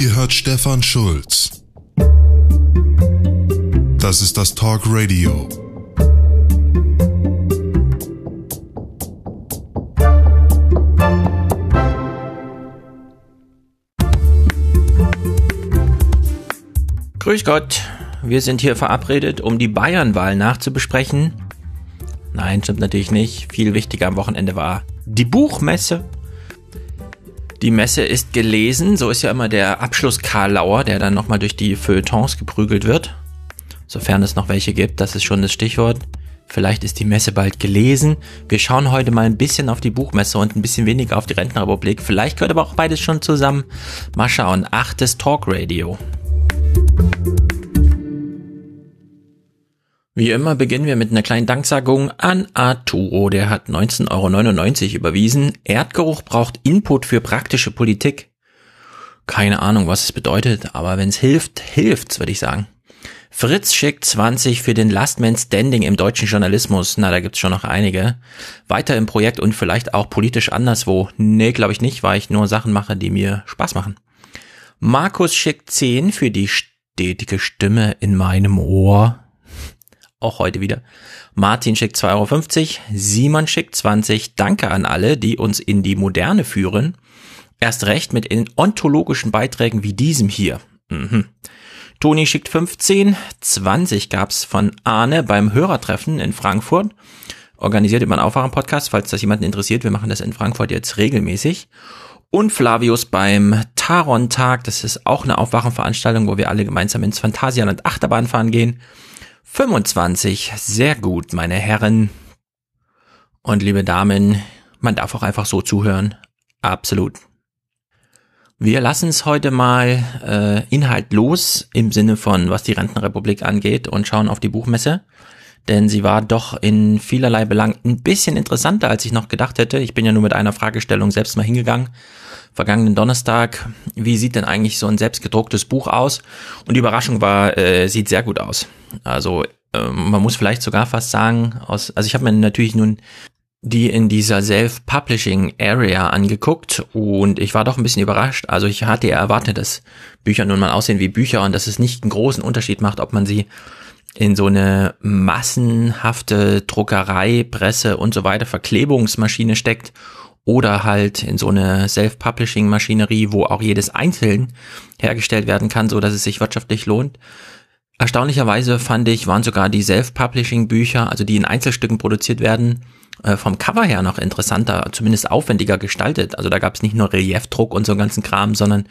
Ihr hört Stefan Schulz. Das ist das Talk Radio. Grüß Gott, wir sind hier verabredet, um die Bayernwahl nachzubesprechen. Nein, stimmt natürlich nicht. Viel wichtiger am Wochenende war die Buchmesse. Die Messe ist gelesen, so ist ja immer der Abschluss-Karlauer, der dann nochmal durch die Feuilletons geprügelt wird. Sofern es noch welche gibt, das ist schon das Stichwort. Vielleicht ist die Messe bald gelesen. Wir schauen heute mal ein bisschen auf die Buchmesse und ein bisschen weniger auf die Rentenrepublik. Vielleicht gehört aber auch beides schon zusammen. Mal schauen. 8. Talk Radio. Wie immer beginnen wir mit einer kleinen Danksagung an Arturo, der hat 19,99 € überwiesen. Erdgeruch braucht Input für praktische Politik. Keine Ahnung, was es bedeutet, aber wenn es hilft, hilft's, würde ich sagen. Fritz schickt 20 für den Last Man Standing im deutschen Journalismus. Na, da gibt's schon noch einige. Weiter im Projekt und vielleicht auch politisch anderswo. Nee, glaube ich nicht, weil ich nur Sachen mache, die mir Spaß machen. Markus schickt 10 für die stetige Stimme in meinem Ohr. Auch heute wieder. Martin schickt 2,50 €. Simon schickt 20. Danke an alle, die uns in die Moderne führen. Erst recht mit ontologischen Beiträgen wie diesem hier. Toni schickt 15. 20 gab's von Arne beim Hörertreffen in Frankfurt. Organisiert über einen Aufwachen-Podcast, falls das jemanden interessiert. Wir machen das in Frankfurt jetzt regelmäßig. Und Flavius beim Taron-Tag. Das ist auch eine Aufwachen-Veranstaltung, wo wir alle gemeinsam ins Phantasialand Achterbahn fahren gehen. 25, sehr gut, meine Herren und liebe Damen, man darf auch einfach so zuhören, absolut. Wir lassen es heute mal inhaltlos im Sinne von, was die Rentenrepublik angeht und schauen auf die Buchmesse, denn sie war doch in vielerlei Belang ein bisschen interessanter, als ich noch gedacht hätte. Ich bin ja nur mit einer Fragestellung selbst mal hingegangen. Vergangenen Donnerstag, wie sieht denn eigentlich so ein selbstgedrucktes Buch aus? Und die Überraschung war, sieht sehr gut aus. Also man muss vielleicht sogar fast sagen, also ich habe mir natürlich nun die in dieser Self-Publishing-Area angeguckt und ich war doch ein bisschen überrascht. Also ich hatte ja erwartet, dass Bücher nun mal aussehen wie Bücher und dass es nicht einen großen Unterschied macht, ob man sie in so eine massenhafte Druckerei, Presse und so weiter, Verklebungsmaschine steckt oder halt in so eine Self-Publishing-Maschinerie, wo auch jedes einzeln hergestellt werden kann, so dass es sich wirtschaftlich lohnt. Erstaunlicherweise fand ich, waren sogar die Self-Publishing-Bücher, also die in Einzelstücken produziert werden, vom Cover her noch interessanter, zumindest aufwendiger gestaltet. Also da gab es nicht nur Reliefdruck und so einen ganzen Kram, sondern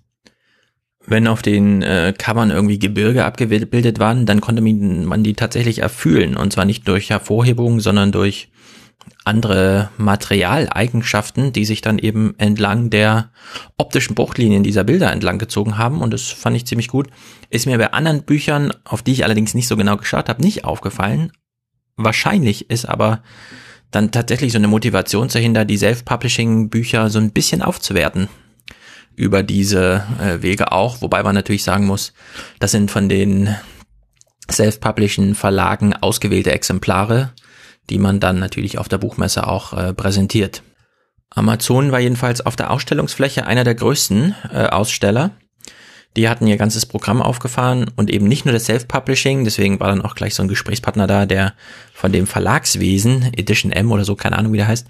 wenn auf den Covern irgendwie Gebirge abgebildet waren, dann konnte man die tatsächlich erfühlen. Und zwar nicht durch Hervorhebung, sondern durch andere Materialeigenschaften, die sich dann eben entlang der optischen Bruchlinien dieser Bilder entlang gezogen haben. Und das fand ich ziemlich gut. Ist mir bei anderen Büchern, auf die ich allerdings nicht so genau geschaut habe, nicht aufgefallen. Wahrscheinlich ist aber dann tatsächlich so eine Motivation dahinter, die Self-Publishing-Bücher so ein bisschen aufzuwerten über diese Wege auch. Wobei man natürlich sagen muss, das sind von den Self-Publishing-Verlagen ausgewählte Exemplare, die man dann natürlich auf der Buchmesse auch präsentiert. Amazon war jedenfalls auf der Ausstellungsfläche einer der größten Aussteller. Die hatten ihr ganzes Programm aufgefahren und eben nicht nur das Self-Publishing, deswegen war dann auch gleich so ein Gesprächspartner da, der von dem Verlagswesen, Edition M oder so, keine Ahnung wie der heißt,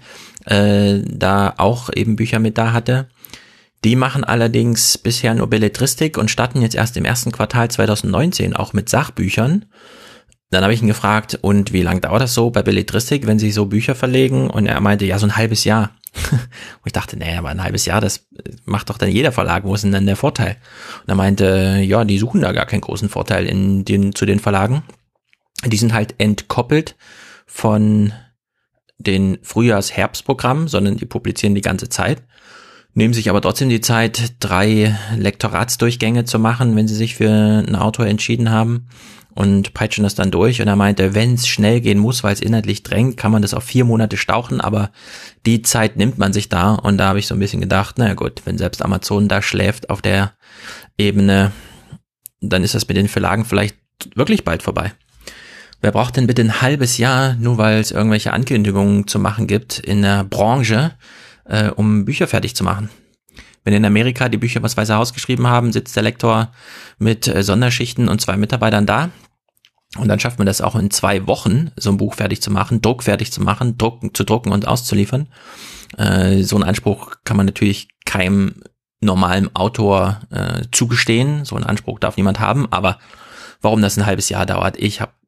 da auch eben Bücher mit da hatte. Die machen allerdings bisher nur Belletristik und starten jetzt erst im ersten Quartal 2019 auch mit Sachbüchern. Dann habe ich ihn gefragt, und wie lange dauert das so bei Belletristik, wenn Sie so Bücher verlegen? Und er meinte, ja, so ein halbes Jahr. Und ich dachte, nee, aber ein halbes Jahr, das macht doch dann jeder Verlag. Wo ist denn dann der Vorteil? Und er meinte, ja, die suchen da gar keinen großen Vorteil zu den Verlagen. Die sind halt entkoppelt von den Frühjahrs-Herbstprogrammen, sondern die publizieren die ganze Zeit. Nehmen sich aber trotzdem die Zeit, 3 Lektoratsdurchgänge zu machen, wenn sie sich für einen Autor entschieden haben, und peitschen das dann durch. Und er meinte, wenn es schnell gehen muss, weil es inhaltlich drängt, kann man das auf 4 Monate stauchen, aber die Zeit nimmt man sich da. Und da habe ich so ein bisschen gedacht, naja gut, wenn selbst Amazon da schläft auf der Ebene, dann ist das mit den Verlagen vielleicht wirklich bald vorbei. Wer braucht denn bitte ein halbes Jahr, nur weil es irgendwelche Ankündigungen zu machen gibt in der Branche, um Bücher fertig zu machen? Wenn in Amerika die Bücher was Weiße Haus geschrieben haben, sitzt der Lektor mit Sonderschichten und 2 Mitarbeitern da. Und dann schafft man das auch in 2 Wochen, so ein Buch fertig zu machen, druckfertig zu machen, zu drucken und auszuliefern. So einen Anspruch kann man natürlich keinem normalen Autor zugestehen. So einen Anspruch darf niemand haben. Aber warum das ein halbes Jahr dauert,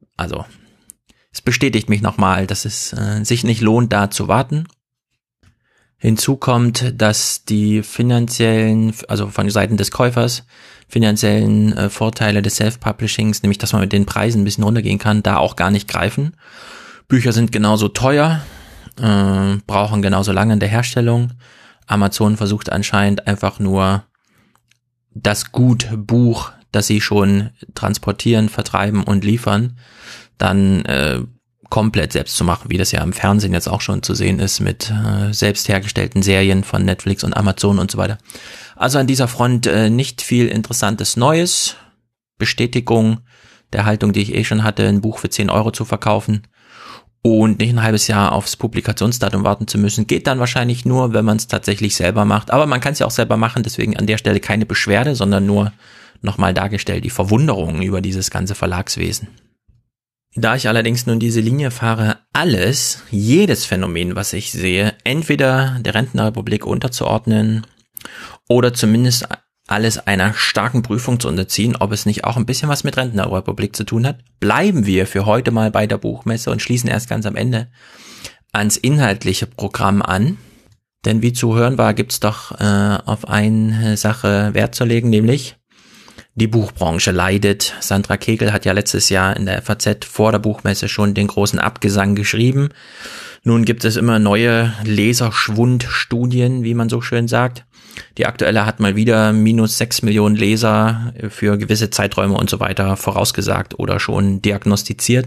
es bestätigt mich nochmal, dass es sich nicht lohnt, da zu warten. Hinzu kommt, dass die finanziellen, also von Seiten des Käufers, finanziellen Vorteile des Self-Publishings, nämlich dass man mit den Preisen ein bisschen runtergehen kann, da auch gar nicht greifen. Bücher sind genauso teuer, brauchen genauso lange in der Herstellung. Amazon versucht anscheinend einfach nur das Buch, das sie schon transportieren, vertreiben und liefern, dann komplett selbst zu machen, wie das ja im Fernsehen jetzt auch schon zu sehen ist mit selbst hergestellten Serien von Netflix und Amazon und so weiter. Also an dieser Front nicht viel Interessantes Neues. Bestätigung der Haltung, die ich schon hatte, ein Buch für 10 Euro zu verkaufen und nicht ein halbes Jahr aufs Publikationsdatum warten zu müssen. Geht dann wahrscheinlich nur, wenn man es tatsächlich selber macht. Aber man kann es ja auch selber machen, deswegen an der Stelle keine Beschwerde, sondern nur nochmal dargestellt die Verwunderung über dieses ganze Verlagswesen. Da ich allerdings nun diese Linie fahre, jedes Phänomen, was ich sehe, entweder der Rentenrepublik unterzuordnen oder zumindest alles einer starken Prüfung zu unterziehen, ob es nicht auch ein bisschen was mit Rentenrepublik zu tun hat, bleiben wir für heute mal bei der Buchmesse und schließen erst ganz am Ende ans inhaltliche Programm an. Denn wie zu hören war, gibt's doch auf eine Sache Wert zu legen, nämlich die Buchbranche leidet. Sandra Kegel hat ja letztes Jahr in der FAZ vor der Buchmesse schon den großen Abgesang geschrieben. Nun gibt es immer neue Leserschwundstudien, wie man so schön sagt. Die aktuelle hat mal wieder -6 Millionen Leser für gewisse Zeiträume und so weiter vorausgesagt oder schon diagnostiziert.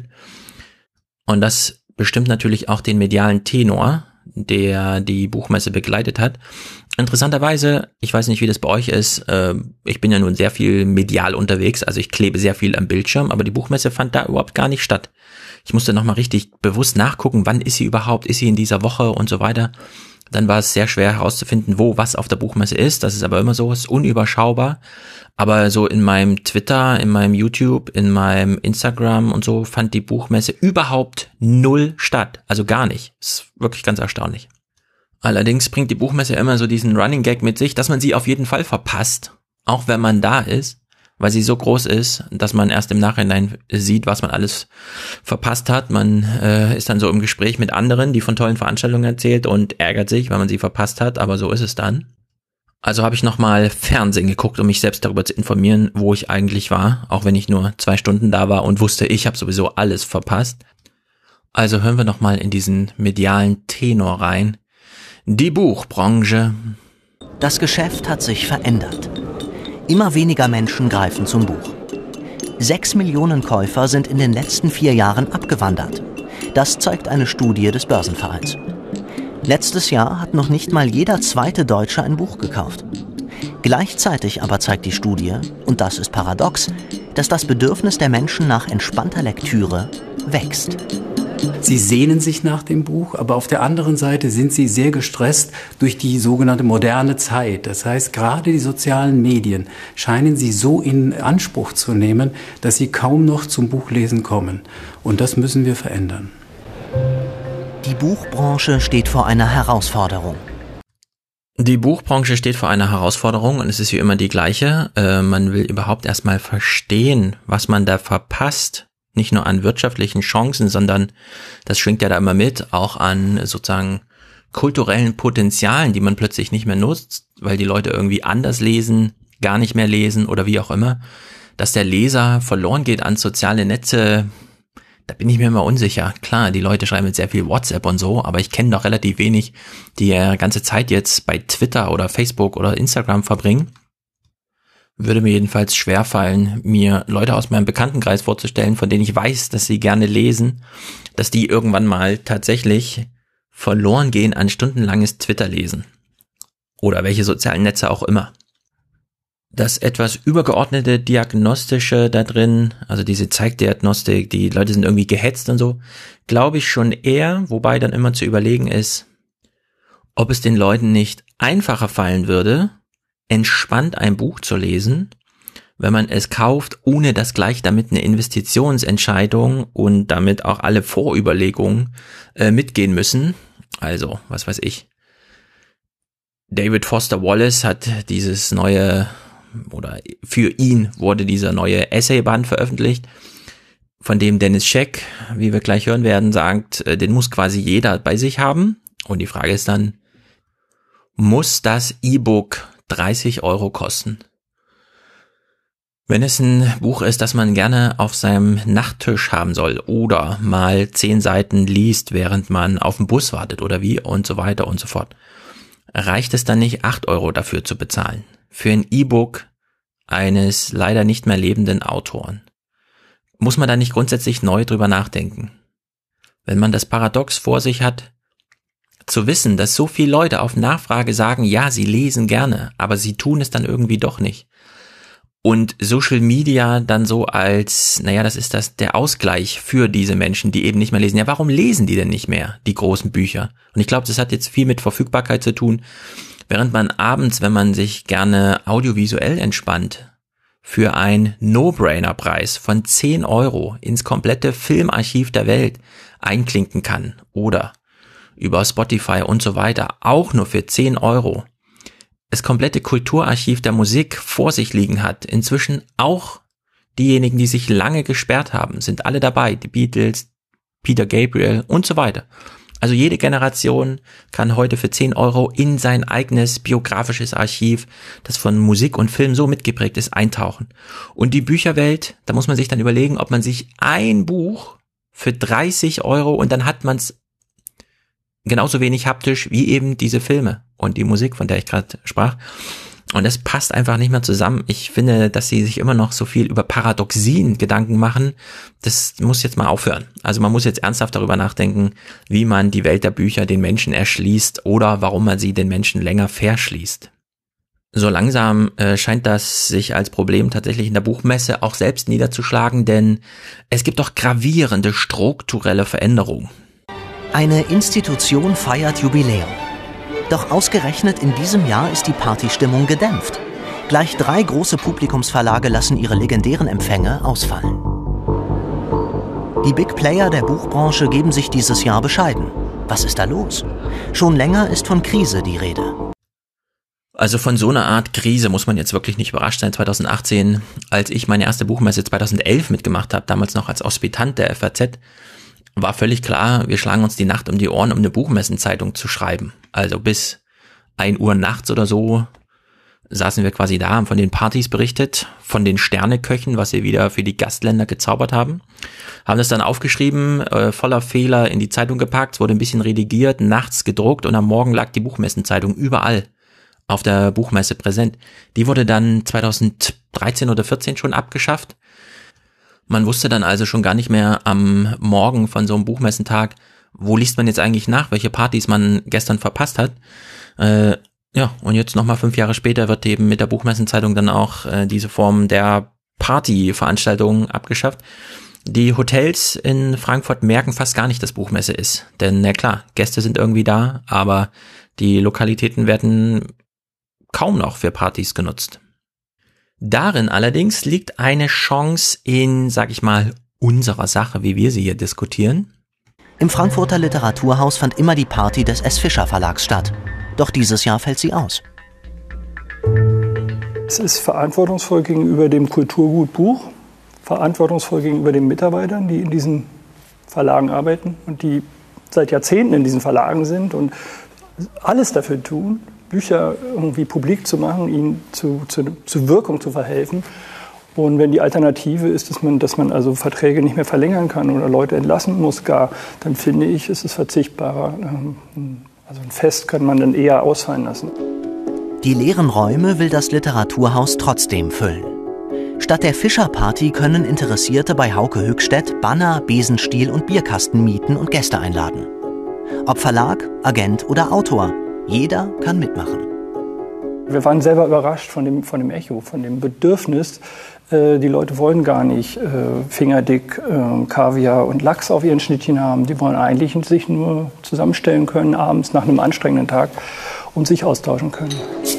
Und das bestimmt natürlich auch den medialen Tenor, der die Buchmesse begleitet hat. Interessanterweise, ich weiß nicht, wie das bei euch ist, ich bin ja nun sehr viel medial unterwegs, also ich klebe sehr viel am Bildschirm, aber die Buchmesse fand da überhaupt gar nicht statt. Ich musste nochmal richtig bewusst nachgucken, wann ist sie überhaupt, ist sie in dieser Woche und so weiter. Dann war es sehr schwer herauszufinden, wo was auf der Buchmesse ist, das ist aber immer so, ist unüberschaubar. Aber so in meinem Twitter, in meinem YouTube, in meinem Instagram und so fand die Buchmesse überhaupt 0 statt, also gar nicht. Ist wirklich ganz erstaunlich. Allerdings bringt die Buchmesse immer so diesen Running Gag mit sich, dass man sie auf jeden Fall verpasst, auch wenn man da ist, weil sie so groß ist, dass man erst im Nachhinein sieht, was man alles verpasst hat. Man ist dann so im Gespräch mit anderen, die von tollen Veranstaltungen erzählt und ärgert sich, weil man sie verpasst hat, aber so ist es dann. Also habe ich nochmal Fernsehen geguckt, um mich selbst darüber zu informieren, wo ich eigentlich war, auch wenn ich nur 2 Stunden da war und wusste, ich habe sowieso alles verpasst. Also hören wir nochmal in diesen medialen Tenor rein. Die Buchbranche. Das Geschäft hat sich verändert. Immer weniger Menschen greifen zum Buch. 6 Millionen Käufer sind in den letzten 4 Jahren abgewandert. Das zeigt eine Studie des Börsenvereins. Letztes Jahr hat noch nicht mal jeder zweite Deutsche ein Buch gekauft. Gleichzeitig aber zeigt die Studie, und das ist paradox, dass das Bedürfnis der Menschen nach entspannter Lektüre wächst. Sie sehnen sich nach dem Buch, aber auf der anderen Seite sind sie sehr gestresst durch die sogenannte moderne Zeit. Das heißt, gerade die sozialen Medien scheinen sie so in Anspruch zu nehmen, dass sie kaum noch zum Buchlesen kommen. Und das müssen wir verändern. Die Buchbranche steht vor einer Herausforderung. Die Buchbranche steht vor einer Herausforderung und es ist wie immer die gleiche. Man will überhaupt erstmal verstehen, was man da verpasst. Nicht nur an wirtschaftlichen Chancen, sondern das schwingt ja da immer mit, auch an sozusagen kulturellen Potenzialen, die man plötzlich nicht mehr nutzt, weil die Leute irgendwie anders lesen, gar nicht mehr lesen oder wie auch immer. Dass der Leser verloren geht an soziale Netze, da bin ich mir immer unsicher. Klar, die Leute schreiben jetzt sehr viel WhatsApp und so, aber ich kenne doch relativ wenig, die ja ganze Zeit jetzt bei Twitter oder Facebook oder Instagram verbringen. Würde mir jedenfalls schwerfallen, mir Leute aus meinem Bekanntenkreis vorzustellen, von denen ich weiß, dass sie gerne lesen, dass die irgendwann mal tatsächlich verloren gehen an stundenlanges Twitter-Lesen. Oder welche sozialen Netze auch immer. Das etwas übergeordnete Diagnostische da drin, also diese Zeigdiagnostik, die Leute sind irgendwie gehetzt und so, glaube ich schon eher, wobei dann immer zu überlegen ist, ob es den Leuten nicht einfacher fallen würde, entspannt ein Buch zu lesen, wenn man es kauft, ohne dass gleich damit eine Investitionsentscheidung und damit auch alle Vorüberlegungen mitgehen müssen. Also, was weiß ich. David Foster Wallace hat dieses neue, oder für ihn wurde dieser neue Essayband veröffentlicht, von dem Dennis Scheck, wie wir gleich hören werden, sagt, den muss quasi jeder bei sich haben. Und die Frage ist dann, muss das E-Book 30 € kosten? Wenn es ein Buch ist, das man gerne auf seinem Nachttisch haben soll oder mal 10 Seiten liest, während man auf den Bus wartet oder wie und so weiter und so fort, reicht es dann nicht 8 € dafür zu bezahlen. Für ein E-Book eines leider nicht mehr lebenden Autoren. Muss man da nicht grundsätzlich neu drüber nachdenken? Wenn man das Paradox vor sich hat, zu wissen, dass so viele Leute auf Nachfrage sagen, ja, sie lesen gerne, aber sie tun es dann irgendwie doch nicht. Und Social Media dann so als, naja, das ist der Ausgleich für diese Menschen, die eben nicht mehr lesen. Ja, warum lesen die denn nicht mehr, die großen Bücher? Und ich glaube, das hat jetzt viel mit Verfügbarkeit zu tun. Während man abends, wenn man sich gerne audiovisuell entspannt, für einen No-Brainer-Preis von 10 € ins komplette Filmarchiv der Welt einklinken kann oder über Spotify und so weiter, auch nur für 10 € das komplette Kulturarchiv der Musik vor sich liegen hat. Inzwischen auch diejenigen, die sich lange gesperrt haben, sind alle dabei. Die Beatles, Peter Gabriel und so weiter. Also jede Generation kann heute für 10 € in sein eigenes biografisches Archiv, das von Musik und Film so mitgeprägt ist, eintauchen. Und die Bücherwelt, da muss man sich dann überlegen, ob man sich ein Buch für 30 € und dann hat man es genauso wenig haptisch wie eben diese Filme und die Musik, von der ich gerade sprach. Und das passt einfach nicht mehr zusammen. Ich finde, dass sie sich immer noch so viel über Paradoxien Gedanken machen. Das muss jetzt mal aufhören. Also man muss jetzt ernsthaft darüber nachdenken, wie man die Welt der Bücher den Menschen erschließt oder warum man sie den Menschen länger verschließt. So langsam scheint das sich als Problem tatsächlich in der Buchmesse auch selbst niederzuschlagen, denn es gibt doch gravierende strukturelle Veränderungen. Eine Institution feiert Jubiläum. Doch ausgerechnet in diesem Jahr ist die Partystimmung gedämpft. Gleich 3 große Publikumsverlage lassen ihre legendären Empfänge ausfallen. Die Big Player der Buchbranche geben sich dieses Jahr bescheiden. Was ist da los? Schon länger ist von Krise die Rede. Also von so einer Art Krise muss man jetzt wirklich nicht überrascht sein. 2018, als ich meine erste Buchmesse 2011 mitgemacht habe, damals noch als Hospitant der FAZ, war völlig klar, wir schlagen uns die Nacht um die Ohren, um eine Buchmessenzeitung zu schreiben. Also bis 1 Uhr nachts oder so saßen wir quasi da, haben von den Partys berichtet, von den Sterneköchen, was wir wieder für die Gastländer gezaubert haben. Haben das dann aufgeschrieben, voller Fehler in die Zeitung gepackt, wurde ein bisschen redigiert, nachts gedruckt und am Morgen lag die Buchmessenzeitung überall auf der Buchmesse präsent. Die wurde dann 2013 oder 14 schon abgeschafft. Man wusste dann also schon gar nicht mehr am Morgen von so einem Buchmessentag, wo liest man jetzt eigentlich nach, welche Partys man gestern verpasst hat. Ja, und jetzt nochmal 5 Jahre später wird eben mit der Buchmessenzeitung dann auch diese Form der Partyveranstaltungen abgeschafft. Die Hotels in Frankfurt merken fast gar nicht, dass Buchmesse ist. Denn na klar, Gäste sind irgendwie da, aber die Lokalitäten werden kaum noch für Partys genutzt. Darin allerdings liegt eine Chance in, sag ich mal, unserer Sache, wie wir sie hier diskutieren. Im Frankfurter Literaturhaus fand immer die Party des S. Fischer Verlags statt. Doch dieses Jahr fällt sie aus. Es ist verantwortungsvoll gegenüber dem Kulturgut Buch, verantwortungsvoll gegenüber den Mitarbeitern, die in diesen Verlagen arbeiten und die seit Jahrzehnten in diesen Verlagen sind und alles dafür tun, Bücher irgendwie publik zu machen, ihnen zu Wirkung zu verhelfen. Und wenn die Alternative ist, dass man also Verträge nicht mehr verlängern kann oder Leute entlassen muss gar, dann finde ich, ist es verzichtbarer. Also ein Fest kann man dann eher ausfallen lassen. Die leeren Räume will das Literaturhaus trotzdem füllen. Statt der Fischer-Party können Interessierte bei Hauke Höchstedt Banner, Besenstiel und Bierkasten mieten und Gäste einladen. Ob Verlag, Agent oder Autor, jeder kann mitmachen. Wir waren selber überrascht von dem Echo, von dem Bedürfnis. Die Leute wollen gar nicht fingerdick Kaviar und Lachs auf ihren Schnittchen haben. Die wollen eigentlich sich nur zusammenstellen können, abends nach einem anstrengenden Tag und sich austauschen können.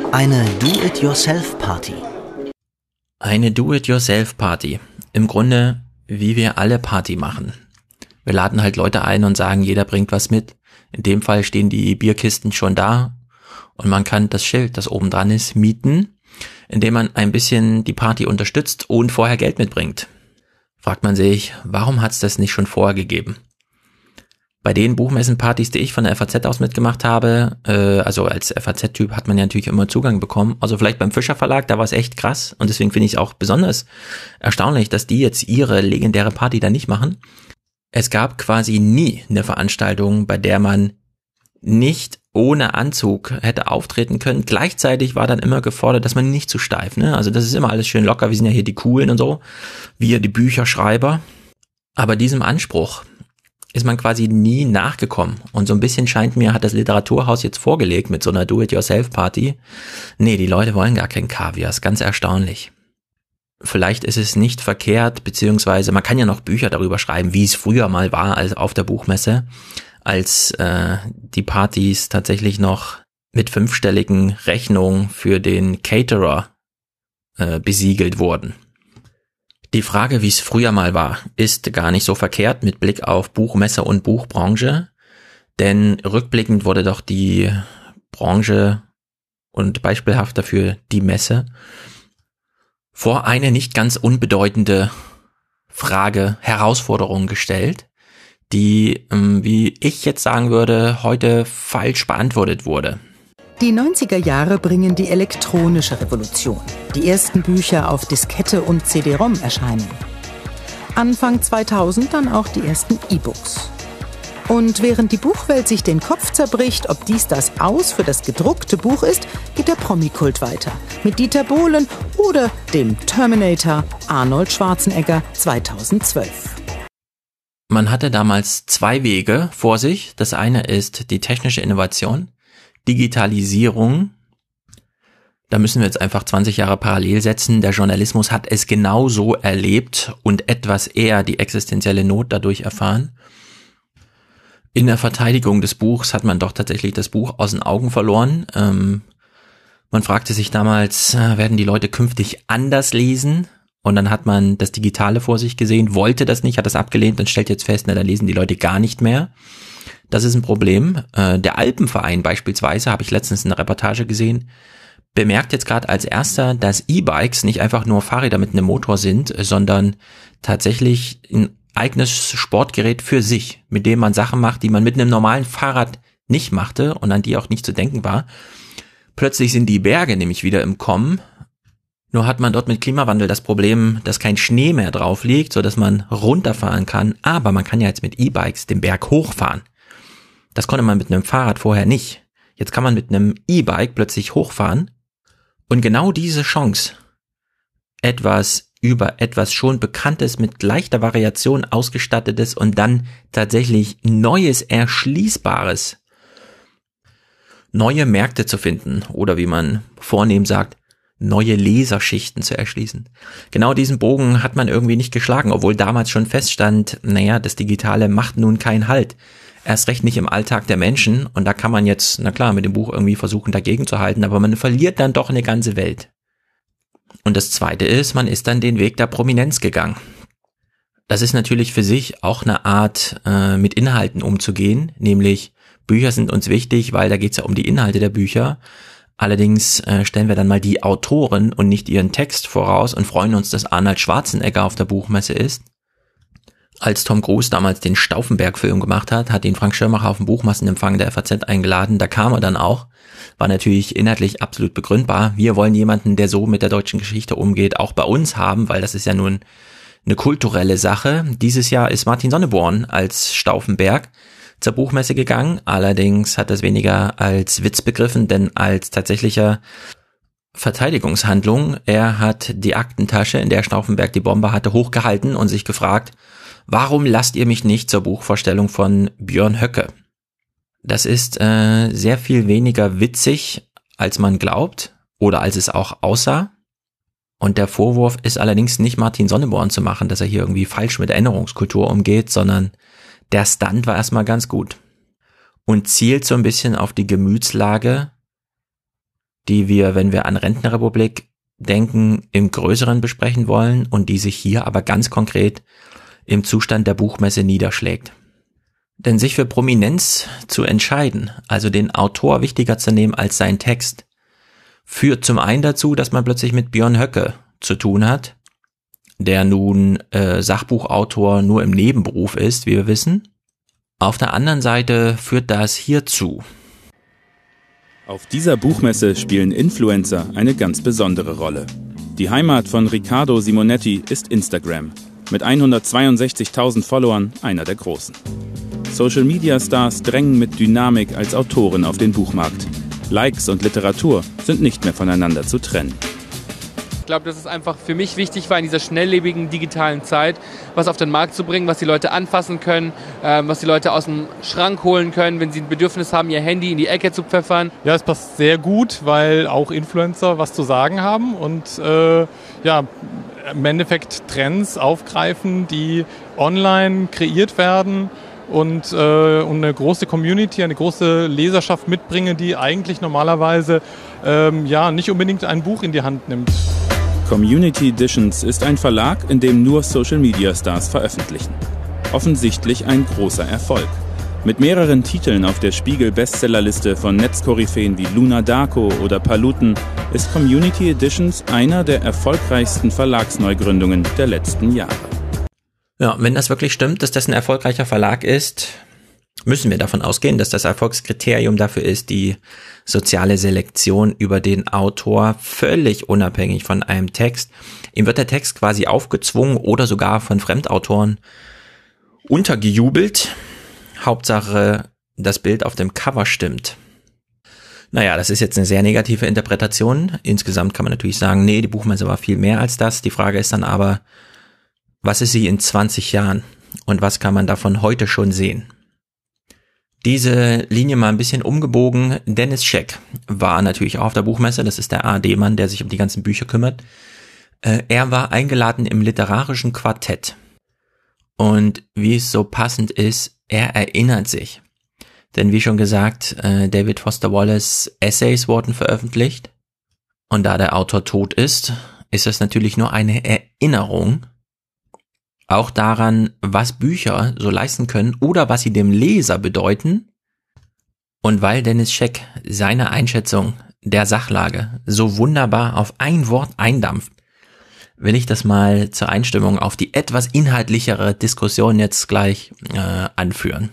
Eine Do-it-yourself-Party. Eine Do-it-yourself-Party. Im Grunde, wie wir alle Party machen. Wir laden halt Leute ein und sagen, jeder bringt was mit. In dem Fall stehen die Bierkisten schon da und man kann das Schild, das oben dran ist, mieten, indem man ein bisschen die Party unterstützt und vorher Geld mitbringt. Fragt man sich, warum hat es das nicht schon vorher gegeben? Bei den Buchmessenpartys, die ich von der FAZ aus mitgemacht habe, also als FAZ-Typ hat man ja natürlich immer Zugang bekommen. Also vielleicht beim Fischer Verlag, da war es echt krass. Und deswegen finde ich es auch besonders erstaunlich, dass die jetzt ihre legendäre Party da nicht machen. Es gab quasi nie eine Veranstaltung, bei der man nicht ohne Anzug hätte auftreten können. Gleichzeitig war dann immer gefordert, dass man nicht zu steif, ne? Also das ist immer alles schön locker. Wir sind ja hier die Coolen und so. Wir, die Bücherschreiber. Aber diesem Anspruch ist man quasi nie nachgekommen. Und so ein bisschen scheint mir, hat das Literaturhaus jetzt vorgelegt mit so einer Do-it-yourself-Party. Nee, die Leute wollen gar kein Kaviar. Ist ganz erstaunlich. Vielleicht ist es nicht verkehrt, beziehungsweise man kann ja noch Bücher darüber schreiben, wie es früher mal war, als auf der Buchmesse, als die Partys tatsächlich noch mit 5-stelligen Rechnungen für den Caterer besiegelt wurden. Die Frage, wie es früher mal war, ist gar nicht so verkehrt mit Blick auf Buchmesse und Buchbranche, denn rückblickend wurde doch die Branche und beispielhaft dafür die Messe vor eine nicht ganz unbedeutende Herausforderung gestellt, die, wie ich jetzt sagen würde, heute falsch beantwortet wurde. Die 90er Jahre bringen die elektronische Revolution. Die ersten Bücher auf Diskette und CD-ROM erscheinen. Anfang 2000 dann auch die ersten E-Books. Und während die Buchwelt sich den Kopf zerbricht, ob dies das Aus für das gedruckte Buch ist, geht der Promi-Kult weiter. Mit Dieter Bohlen oder dem Terminator Arnold Schwarzenegger 2012. Man hatte damals 2 Wege vor sich. Das eine ist die technische Innovation, Digitalisierung. Da müssen wir jetzt einfach 20 Jahre parallel setzen. Der Journalismus hat es genauso erlebt und etwas eher die existenzielle Not dadurch erfahren. In der Verteidigung des Buchs hat man doch tatsächlich das Buch aus den Augen verloren. Man fragte sich damals, werden die Leute künftig anders lesen? Und dann hat man das Digitale vor sich gesehen, wollte das nicht, hat das abgelehnt und stellt jetzt fest, na, da lesen die Leute gar nicht mehr. Das ist ein Problem. Der Alpenverein beispielsweise, habe ich letztens in einer Reportage gesehen, bemerkt jetzt gerade als erster, dass E-Bikes nicht einfach nur Fahrräder mit einem Motor sind, sondern tatsächlich ein eigenes Sportgerät für sich, mit dem man Sachen macht, die man mit einem normalen Fahrrad nicht machte und an die auch nicht zu denken war. Plötzlich sind die Berge nämlich wieder im Kommen. Nur hat man dort mit Klimawandel das Problem, dass kein Schnee mehr drauf liegt, sodass man runterfahren kann. Aber man kann ja jetzt mit E-Bikes den Berg hochfahren. Das konnte man mit einem Fahrrad vorher nicht. Jetzt kann man mit einem E-Bike plötzlich hochfahren. Und genau diese Chance, etwas über etwas schon Bekanntes mit leichter Variation ausgestattetes und dann tatsächlich Neues, Erschließbares, neue Märkte zu finden oder wie man vornehm sagt, neue Leserschichten zu erschließen. Genau diesen Bogen hat man irgendwie nicht geschlagen, obwohl damals schon feststand, naja, das Digitale macht nun keinen Halt. Erst recht nicht im Alltag der Menschen und da kann man jetzt, na klar, mit dem Buch irgendwie versuchen dagegen zu halten, aber man verliert dann doch eine ganze Welt. Und das Zweite ist, man ist dann den Weg der Prominenz gegangen. Das ist natürlich für sich auch eine Art, mit Inhalten umzugehen, nämlich Bücher sind uns wichtig, weil da geht es ja um die Inhalte der Bücher. Allerdings stellen wir dann mal die Autoren und nicht ihren Text voraus und freuen uns, dass Arnold Schwarzenegger auf der Buchmesse ist. Als Tom Cruise damals den Stauffenberg-Film gemacht hat, hat ihn Frank Schirmacher auf den Buchmassenempfang der FAZ eingeladen. Da kam er dann auch. War natürlich inhaltlich absolut begründbar. Wir wollen jemanden, der so mit der deutschen Geschichte umgeht, auch bei uns haben, weil das ist ja nun eine kulturelle Sache. Dieses Jahr ist Martin Sonneborn als Stauffenberg zur Buchmesse gegangen. Allerdings hat das weniger als Witz begriffen, denn als tatsächlicher Verteidigungshandlung. Er hat die Aktentasche, in der Stauffenberg die Bombe hatte, hochgehalten und sich gefragt, warum lasst ihr mich nicht zur Buchvorstellung von Björn Höcke? Das ist sehr viel weniger witzig, als man glaubt oder als es auch aussah. Und der Vorwurf ist allerdings nicht Martin Sonneborn zu machen, dass er hier irgendwie falsch mit Erinnerungskultur umgeht, sondern der Stunt war erstmal ganz gut und zielt so ein bisschen auf die Gemütslage, die wir, wenn wir an Rentenrepublik denken, im Größeren besprechen wollen und die sich hier aber ganz konkret im Zustand der Buchmesse niederschlägt. Denn sich für Prominenz zu entscheiden, also den Autor wichtiger zu nehmen als seinen Text, führt zum einen dazu, dass man plötzlich mit Björn Höcke zu tun hat, der nun Sachbuchautor nur im Nebenberuf ist, wie wir wissen. Auf der anderen Seite führt das hierzu. Auf dieser Buchmesse spielen Influencer eine ganz besondere Rolle. Die Heimat von Riccardo Simonetti ist Instagram. Mit 162.000 Followern einer der großen. Social-Media-Stars drängen mit Dynamik als Autoren auf den Buchmarkt. Likes und Literatur sind nicht mehr voneinander zu trennen. Ich glaube, dass es einfach für mich wichtig war, in dieser schnelllebigen digitalen Zeit was auf den Markt zu bringen, was die Leute anfassen können, was die Leute aus dem Schrank holen können, wenn sie ein Bedürfnis haben, ihr Handy in die Ecke zu pfeffern. Ja, es passt sehr gut, weil auch Influencer was zu sagen haben und im Endeffekt Trends aufgreifen, die online kreiert werden und eine große Community, eine große Leserschaft mitbringen, die eigentlich normalerweise nicht unbedingt ein Buch in die Hand nimmt. Community Editions ist ein Verlag, in dem nur Social-Media-Stars veröffentlichen. Offensichtlich ein großer Erfolg. Mit mehreren Titeln auf der Spiegel-Bestsellerliste von Netzkoryphäen wie Luna Darko oder Paluten ist Community Editions einer der erfolgreichsten Verlagsneugründungen der letzten Jahre. Ja, wenn das wirklich stimmt, dass das ein erfolgreicher Verlag ist, müssen wir davon ausgehen, dass das Erfolgskriterium dafür ist, die soziale Selektion über den Autor völlig unabhängig von einem Text. Ihm wird der Text quasi aufgezwungen oder sogar von Fremdautoren untergejubelt. Hauptsache, das Bild auf dem Cover stimmt. Naja, das ist jetzt eine sehr negative Interpretation. Insgesamt kann man natürlich sagen, nee, die Buchmesse war viel mehr als das. Die Frage ist dann aber, was ist sie in 20 Jahren und was kann man davon heute schon sehen? Diese Linie mal ein bisschen umgebogen. Dennis Scheck war natürlich auch auf der Buchmesse. Das ist der ARD-Mann, der sich um die ganzen Bücher kümmert. Er war eingeladen im literarischen Quartett. Und wie es so passend ist, er erinnert sich. Denn wie schon gesagt, David Foster Wallace Essays wurden veröffentlicht. Und da der Autor tot ist, ist es natürlich nur eine Erinnerung auch daran, was Bücher so leisten können oder was sie dem Leser bedeuten. Und weil Dennis Scheck seine Einschätzung der Sachlage so wunderbar auf ein Wort eindampft, will ich das mal zur Einstimmung auf die etwas inhaltlichere Diskussion jetzt gleich anführen.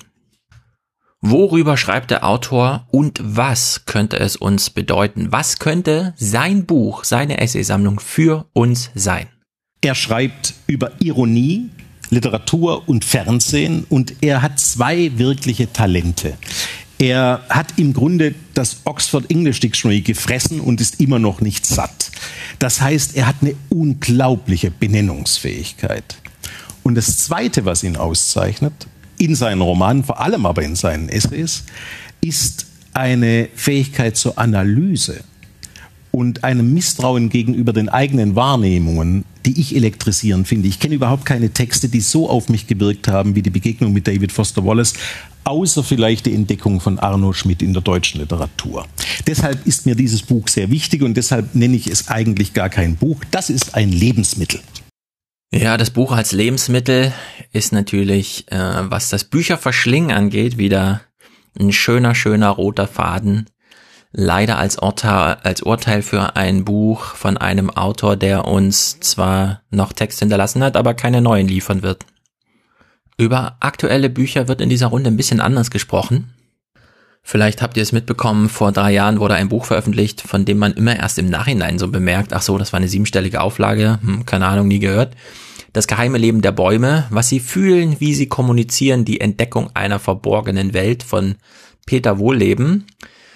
Worüber schreibt der Autor und was könnte es uns bedeuten? Was könnte sein Buch, seine Essaysammlung für uns sein? Er schreibt über Ironie, Literatur und Fernsehen und er hat zwei wirkliche Talente. Er hat im Grunde das Oxford English Dictionary gefressen und ist immer noch nicht satt. Das heißt, er hat eine unglaubliche Benennungsfähigkeit. Und das Zweite, was ihn auszeichnet, in seinen Romanen, vor allem aber in seinen Essays, ist eine Fähigkeit zur Analyse und einem Misstrauen gegenüber den eigenen Wahrnehmungen, die ich elektrisierend finde. Ich kenne überhaupt keine Texte, die so auf mich gewirkt haben wie die Begegnung mit David Foster Wallace, außer vielleicht die Entdeckung von Arno Schmidt in der deutschen Literatur. Deshalb ist mir dieses Buch sehr wichtig und deshalb nenne ich es eigentlich gar kein Buch. Das ist ein Lebensmittel. Ja, das Buch als Lebensmittel ist natürlich, was das Bücherverschlingen angeht, wieder ein schöner roter Faden. Leider als Urteil für ein Buch von einem Autor, der uns zwar noch Text hinterlassen hat, aber keine neuen liefern wird. Über aktuelle Bücher wird in dieser Runde ein bisschen anders gesprochen. Vielleicht habt ihr es mitbekommen, vor 3 Jahren wurde ein Buch veröffentlicht, von dem man immer erst im Nachhinein so bemerkt, ach so, das war eine 7-stellige Auflage, keine Ahnung, nie gehört. Das geheime Leben der Bäume, was sie fühlen, wie sie kommunizieren, die Entdeckung einer verborgenen Welt von Peter Wohlleben,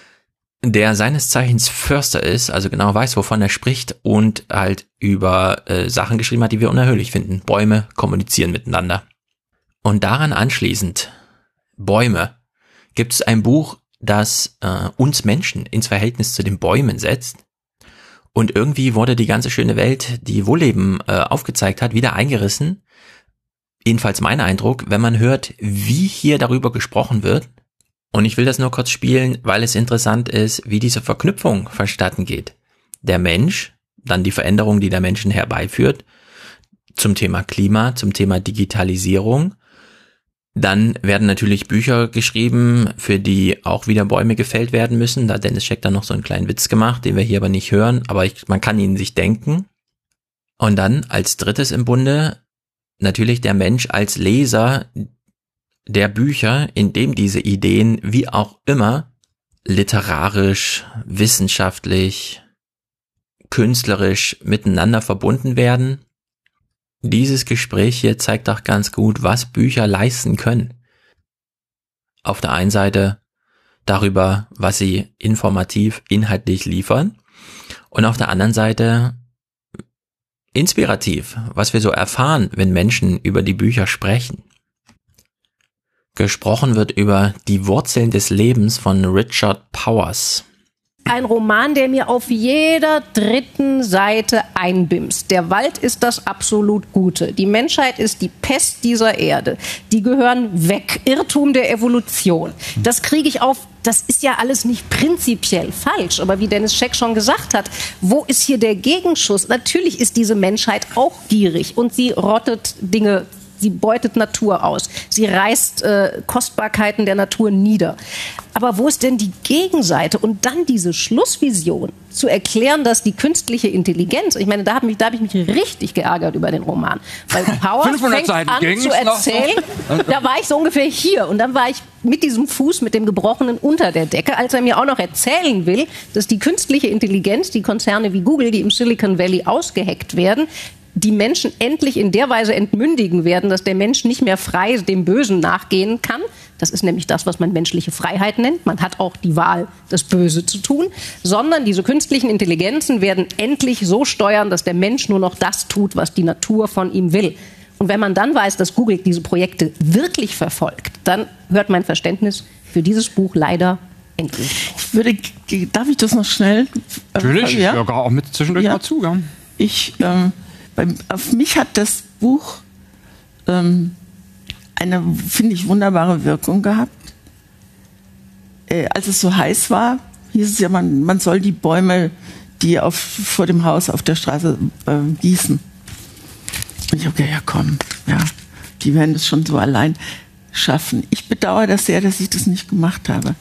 der seines Zeichens Förster ist, also genau weiß, wovon er spricht und halt über Sachen geschrieben hat, die wir unerhörlich finden. Bäume kommunizieren miteinander. Und daran anschließend, Bäume, gibt es ein Buch, das uns Menschen ins Verhältnis zu den Bäumen setzt. Und irgendwie wurde die ganze schöne Welt, die Wohlleben aufgezeigt hat, wieder eingerissen. Jedenfalls mein Eindruck, wenn man hört, wie hier darüber gesprochen wird, Und ich will das nur kurz spielen, weil es interessant ist, wie diese Verknüpfung vonstatten geht. Der Mensch, dann die Veränderung, die der Menschen herbeiführt, zum Thema Klima, zum Thema Digitalisierung. Dann werden natürlich Bücher geschrieben, für die auch wieder Bäume gefällt werden müssen. Da hat Dennis Scheck dann noch so einen kleinen Witz gemacht, den wir hier aber nicht hören, aber man kann ihn sich denken. Und dann als drittes im Bunde natürlich der Mensch als Leser der Bücher, in dem diese Ideen, wie auch immer, literarisch, wissenschaftlich, künstlerisch miteinander verbunden werden. Dieses Gespräch hier zeigt auch ganz gut, was Bücher leisten können. Auf der einen Seite darüber, was sie informativ, inhaltlich liefern, und auf der anderen Seite inspirativ, was wir so erfahren, wenn Menschen über die Bücher sprechen. Gesprochen wird über Die Wurzeln des Lebens von Richard Powers. Ein Roman, der mir auf jeder dritten Seite einbimst. Der Wald ist das absolut Gute. Die Menschheit ist die Pest dieser Erde. Die gehören weg. Irrtum der Evolution. Das kriege ich auf. Das ist ja alles nicht prinzipiell falsch. Aber wie Dennis Scheck schon gesagt hat, wo ist hier der Gegenschuss? Natürlich ist diese Menschheit auch gierig und sie rottet Dinge. Sie beutet Natur aus. Sie reißt Kostbarkeiten der Natur nieder. Aber wo ist denn die Gegenseite? Und dann diese Schlussvision zu erklären, dass die künstliche Intelligenz, ich meine, da habe ich mich richtig geärgert über den Roman. Weil Powers fängt an zu erzählen, da war ich so ungefähr hier. Und dann war ich mit diesem Fuß, mit dem gebrochenen unter der Decke, als er mir auch noch erzählen will, dass die künstliche Intelligenz, die Konzerne wie Google, die im Silicon Valley ausgeheckt werden, die Menschen endlich in der Weise entmündigen werden, dass der Mensch nicht mehr frei dem Bösen nachgehen kann. Das ist nämlich das, was man menschliche Freiheit nennt. Man hat auch die Wahl, das Böse zu tun. Sondern diese künstlichen Intelligenzen werden endlich so steuern, dass der Mensch nur noch das tut, was die Natur von ihm will. Und wenn man dann weiß, dass Google diese Projekte wirklich verfolgt, dann hört mein Verständnis für dieses Buch leider endlich. Darf ich das noch schnell? Natürlich, ja, auch mit zwischendurch mal zu. Ja. Auf mich hat das Buch eine, finde ich, wunderbare Wirkung gehabt. Als es so heiß war, hieß es ja, man soll die Bäume, die vor dem Haus auf der Straße gießen. Und ich habe gedacht, ja komm, ja, die werden das schon so allein schaffen. Ich bedauere das sehr, dass ich das nicht gemacht habe.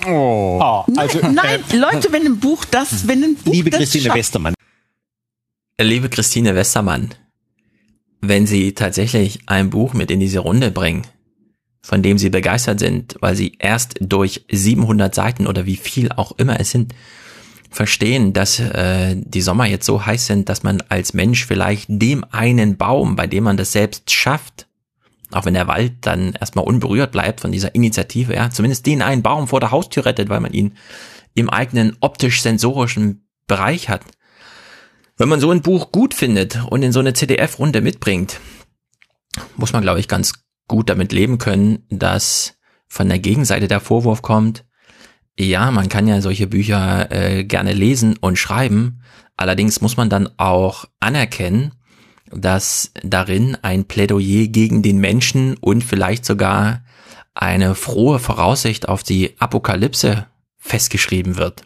Nein, Leute, wenn ein Buch Liebe Christine Westermann. Liebe Christine Westermann, wenn Sie tatsächlich ein Buch mit in diese Runde bringen, von dem Sie begeistert sind, weil Sie erst durch 700 Seiten oder wie viel auch immer es sind, verstehen, dass die Sommer jetzt so heiß sind, dass man als Mensch vielleicht dem einen Baum, bei dem man das selbst schafft, auch wenn der Wald dann erstmal unberührt bleibt von dieser Initiative, ja, zumindest den einen Baum vor der Haustür rettet, weil man ihn im eigenen optisch-sensorischen Bereich hat. Wenn man so ein Buch gut findet und in so eine CDF-Runde mitbringt, muss man, glaube ich, ganz gut damit leben können, dass von der Gegenseite der Vorwurf kommt, ja, man kann ja solche Bücher gerne lesen und schreiben, allerdings muss man dann auch anerkennen, dass darin ein Plädoyer gegen den Menschen und vielleicht sogar eine frohe Voraussicht auf die Apokalypse festgeschrieben wird.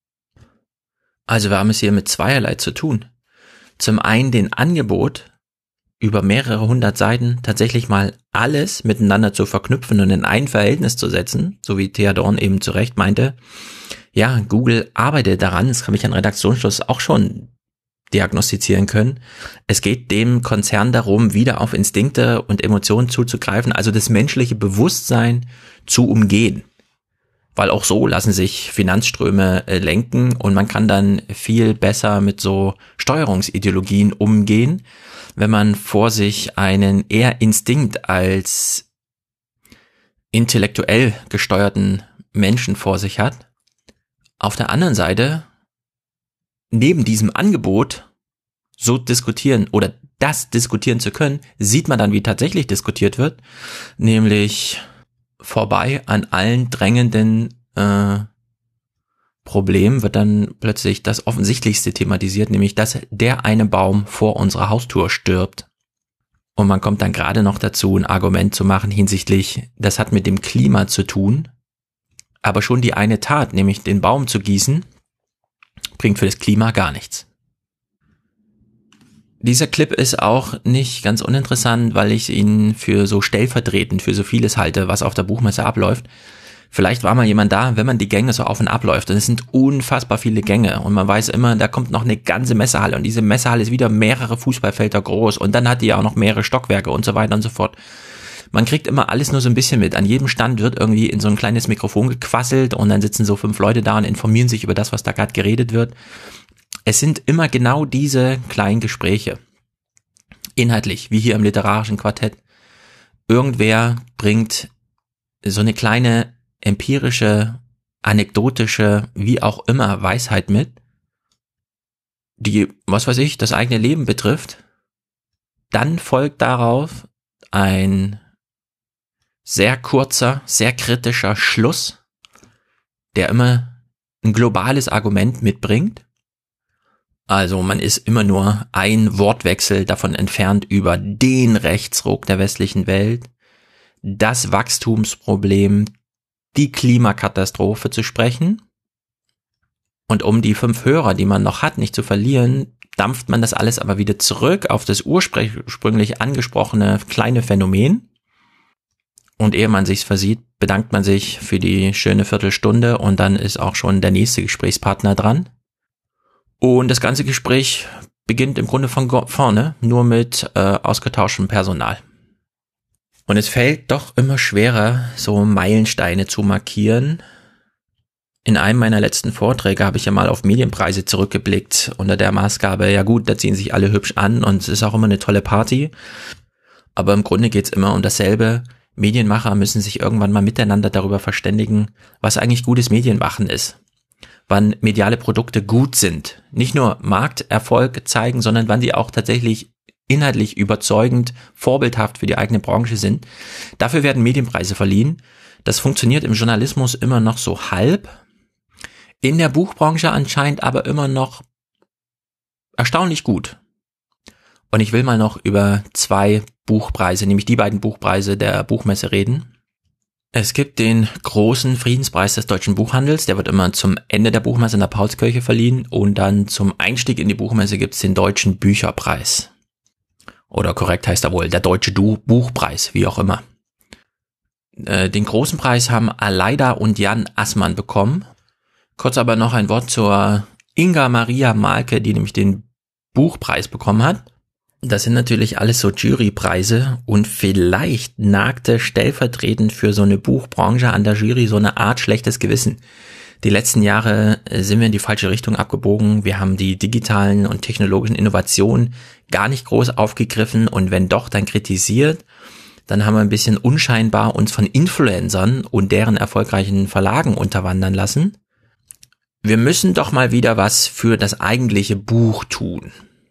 Also wir haben es hier mit zweierlei zu tun. Zum einen den Angebot, über mehrere hundert Seiten tatsächlich mal alles miteinander zu verknüpfen und in ein Verhältnis zu setzen, so wie Thea Dorn eben zu Recht meinte. Ja, Google arbeitet daran, das habe ich an Redaktionsschluss auch schon diagnostizieren können. Es geht dem Konzern darum, wieder auf Instinkte und Emotionen zuzugreifen, also das menschliche Bewusstsein zu umgehen. Weil auch so lassen sich Finanzströme lenken und man kann dann viel besser mit so Steuerungsideologien umgehen, wenn man vor sich einen eher Instinkt als intellektuell gesteuerten Menschen vor sich hat. Auf der anderen Seite, neben diesem Angebot so diskutieren oder das diskutieren zu können, sieht man dann, wie tatsächlich diskutiert wird, nämlich vorbei an allen drängenden Problemen wird dann plötzlich das Offensichtlichste thematisiert, nämlich dass der eine Baum vor unserer Haustür stirbt. Und man kommt dann gerade noch dazu, ein Argument zu machen hinsichtlich, das hat mit dem Klima zu tun. Aber schon die eine Tat, nämlich den Baum zu gießen, bringt für das Klima gar nichts. Dieser Clip ist auch nicht ganz uninteressant, weil ich ihn für so stellvertretend für so vieles halte, was auf der Buchmesse abläuft. Vielleicht war mal jemand da, wenn man die Gänge so auf und ab läuft. Und es sind unfassbar viele Gänge. Und man weiß immer, da kommt noch eine ganze Messehalle. Und diese Messehalle ist wieder mehrere Fußballfelder groß. Und dann hat die ja auch noch mehrere Stockwerke und so weiter und so fort. Man kriegt immer alles nur so ein bisschen mit. An jedem Stand wird irgendwie in so ein kleines Mikrofon gequasselt. Und dann sitzen so 5 Leute da und informieren sich über das, was da gerade geredet wird. Es sind immer genau diese kleinen Gespräche. Inhaltlich, wie hier im literarischen Quartett. Irgendwer bringt so eine kleine empirische, anekdotische, wie auch immer Weisheit mit, die, was weiß ich, das eigene Leben betrifft. Dann folgt darauf ein sehr kurzer, sehr kritischer Schluss, der immer ein globales Argument mitbringt. Also man ist immer nur ein Wortwechsel davon entfernt, über den Rechtsruck der westlichen Welt, das Wachstumsproblem, die Klimakatastrophe zu sprechen. Und um die 5 Hörer, die man noch hat, nicht zu verlieren, dampft man das alles aber wieder zurück auf das ursprünglich angesprochene kleine Phänomen. Und ehe man sich's versieht, bedankt man sich für die schöne Viertelstunde und dann ist auch schon der nächste Gesprächspartner dran. Und das ganze Gespräch beginnt im Grunde von vorne, nur mit ausgetauschtem Personal. Und es fällt doch immer schwerer, so Meilensteine zu markieren. In einem meiner letzten Vorträge habe ich ja mal auf Medienpreise zurückgeblickt, unter der Maßgabe, ja gut, da ziehen sich alle hübsch an und es ist auch immer eine tolle Party. Aber im Grunde geht's immer um dasselbe. Medienmacher müssen sich irgendwann mal miteinander darüber verständigen, was eigentlich gutes Medienmachen ist. Wann mediale Produkte gut sind. Nicht nur Markterfolg zeigen, sondern wann die auch tatsächlich inhaltlich überzeugend, vorbildhaft für die eigene Branche sind. Dafür werden Medienpreise verliehen. Das funktioniert im Journalismus immer noch so halb. In der Buchbranche anscheinend aber immer noch erstaunlich gut. Und ich will mal noch über 2 Buchpreise, nämlich die beiden Buchpreise der Buchmesse reden. Es gibt den großen Friedenspreis des deutschen Buchhandels, der wird immer zum Ende der Buchmesse in der Paulskirche verliehen und dann zum Einstieg in die Buchmesse gibt es den Deutschen Bücherpreis. Oder korrekt heißt er wohl, der Deutsche Buchpreis, wie auch immer. Den großen Preis haben Aleida und Jan Assmann bekommen. Kurz aber noch ein Wort zur Inga Maria Malke, die nämlich den Buchpreis bekommen hat. Das sind natürlich alles so Jurypreise und vielleicht nagte stellvertretend für so eine Buchbranche an der Jury so eine Art schlechtes Gewissen. Die letzten Jahre sind wir in die falsche Richtung abgebogen. Wir haben die digitalen und technologischen Innovationen gar nicht groß aufgegriffen und wenn doch, dann kritisiert. Dann haben wir ein bisschen unscheinbar uns von Influencern und deren erfolgreichen Verlagen unterwandern lassen. Wir müssen doch mal wieder was für das eigentliche Buch tun.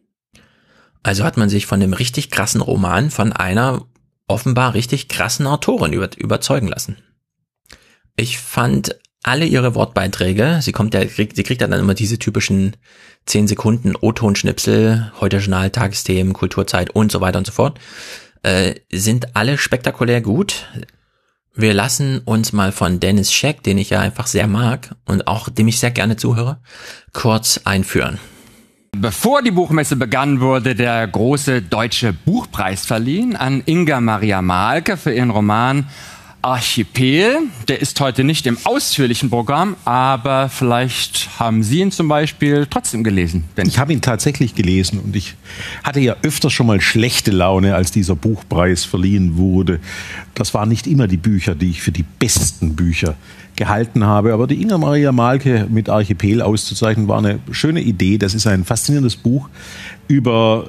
Also hat man sich von dem richtig krassen Roman von einer offenbar richtig krassen Autorin überzeugen lassen. Ich fand alle ihre Wortbeiträge, sie kriegt dann immer diese typischen 10 Sekunden O-Ton-Schnipsel, Heute Journal, Tagesthemen, Kulturzeit und so weiter und so fort, sind alle spektakulär gut. Wir lassen uns mal von Dennis Scheck, den ich ja einfach sehr mag und auch dem ich sehr gerne zuhöre, kurz einführen. Bevor die Buchmesse begann, wurde der große Deutsche Buchpreis verliehen an Inga Maria Malke für ihren Roman Archipel. Der ist heute nicht im ausführlichen Programm, aber vielleicht haben Sie ihn zum Beispiel trotzdem gelesen. Ich habe ihn tatsächlich gelesen und ich hatte ja öfter schon mal schlechte Laune, als dieser Buchpreis verliehen wurde. Das waren nicht immer die Bücher, die ich für die besten Bücher gehalten habe, aber die Inga Maria Malke mit Archipel auszuzeichnen, war eine schöne Idee. Das ist ein faszinierendes Buch über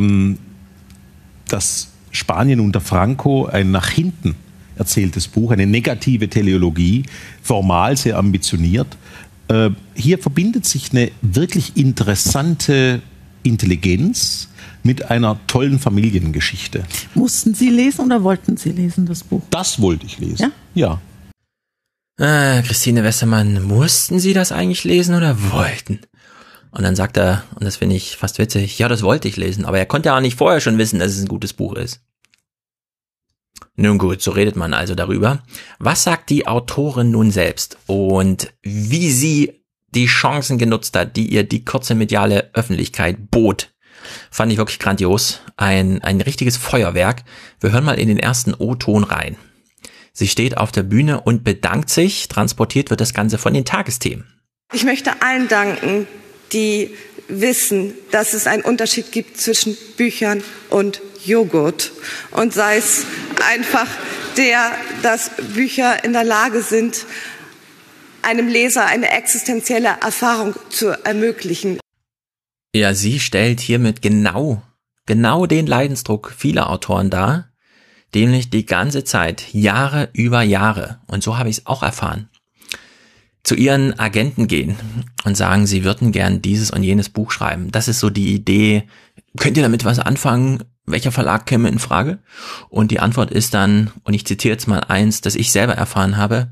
das Spanien unter Franco, ein nach hinten erzähltes Buch, eine negative Teleologie, formal sehr ambitioniert. Hier verbindet sich eine wirklich interessante Intelligenz mit einer tollen Familiengeschichte. Mussten Sie lesen oder wollten Sie lesen, das Buch? Das wollte ich lesen, ja. Christine Westermann, mussten Sie das eigentlich lesen oder wollten? Und dann sagt er, und das finde ich fast witzig, ja, das wollte ich lesen, aber er konnte ja auch nicht vorher schon wissen, dass es ein gutes Buch ist. Nun gut, so redet man also darüber. Was sagt die Autorin nun selbst und wie sie die Chancen genutzt hat, die ihr die kurze mediale Öffentlichkeit bot, fand ich wirklich grandios. Ein richtiges Feuerwerk. Wir hören mal in den ersten O-Ton rein. Sie steht auf der Bühne und bedankt sich. Transportiert wird das Ganze von den Tagesthemen. Ich möchte allen danken, die wissen, dass es einen Unterschied gibt zwischen Büchern und Joghurt. Und sei es einfach dass Bücher in der Lage sind, einem Leser eine existenzielle Erfahrung zu ermöglichen. Ja, sie stellt hiermit genau den Leidensdruck vieler Autoren dar, nämlich die ganze Zeit, Jahre über Jahre, und so habe ich es auch erfahren, zu ihren Agenten gehen und sagen, sie würden gern dieses und jenes Buch schreiben. Das ist so die Idee. Könnt ihr damit was anfangen? Welcher Verlag käme in Frage? Und die Antwort ist dann, und ich zitiere jetzt mal eins, das ich selber erfahren habe.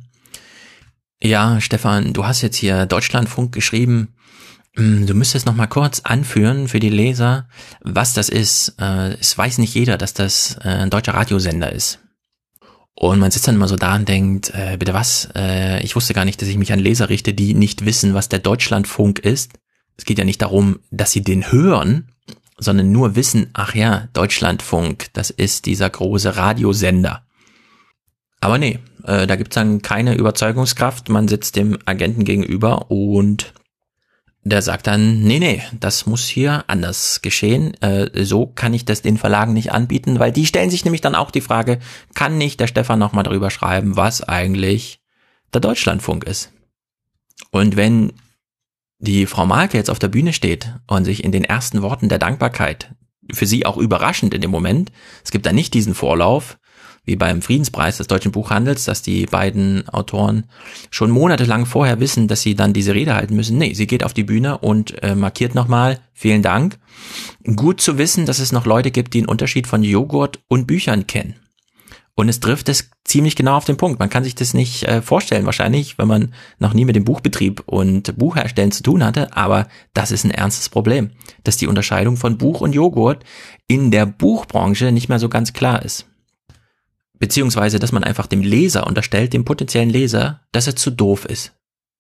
Ja, Stefan, du hast jetzt hier Deutschlandfunk geschrieben. Du müsstest noch mal kurz anführen für die Leser, was das ist. Es weiß nicht jeder, dass das ein deutscher Radiosender ist. Und man sitzt dann immer so da und denkt, bitte was? Ich wusste gar nicht, dass ich mich an Leser richte, die nicht wissen, was der Deutschlandfunk ist. Es geht ja nicht darum, dass sie den hören, sondern nur wissen, ach ja, Deutschlandfunk, das ist dieser große Radiosender. Aber nee, da gibt's dann keine Überzeugungskraft. Man sitzt dem Agenten gegenüber und der sagt dann, nee, das muss hier anders geschehen. So kann ich das den Verlagen nicht anbieten, weil die stellen sich nämlich dann auch die Frage, kann nicht der Stefan nochmal darüber schreiben, was eigentlich der Deutschlandfunk ist? Und wenn die Frau Malke jetzt auf der Bühne steht und sich in den ersten Worten der Dankbarkeit, für sie auch überraschend in dem Moment, es gibt da nicht diesen Vorlauf, wie beim Friedenspreis des deutschen Buchhandels, dass die beiden Autoren schon monatelang vorher wissen, dass sie dann diese Rede halten müssen. Nee, sie geht auf die Bühne und markiert nochmal, vielen Dank. Gut zu wissen, dass es noch Leute gibt, die einen Unterschied von Joghurt und Büchern kennen. Und es trifft es ziemlich genau auf den Punkt. Man kann sich das nicht vorstellen wahrscheinlich, wenn man noch nie mit dem Buchbetrieb und Buchherstellen zu tun hatte, aber das ist ein ernstes Problem, dass die Unterscheidung von Buch und Joghurt in der Buchbranche nicht mehr so ganz klar ist. Beziehungsweise, dass man einfach dem Leser unterstellt, dem potenziellen Leser, dass er zu doof ist.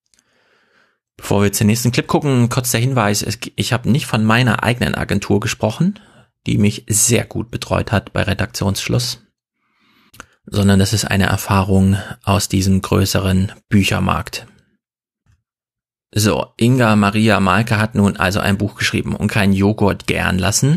Bevor wir zum nächsten Clip gucken, kurz der Hinweis, ich habe nicht von meiner eigenen Agentur gesprochen, die mich sehr gut betreut hat bei Redaktionsschluss, sondern das ist eine Erfahrung aus diesem größeren Büchermarkt. So, Inga Maria Malke hat nun also ein Buch geschrieben und keinen Joghurt gären lassen.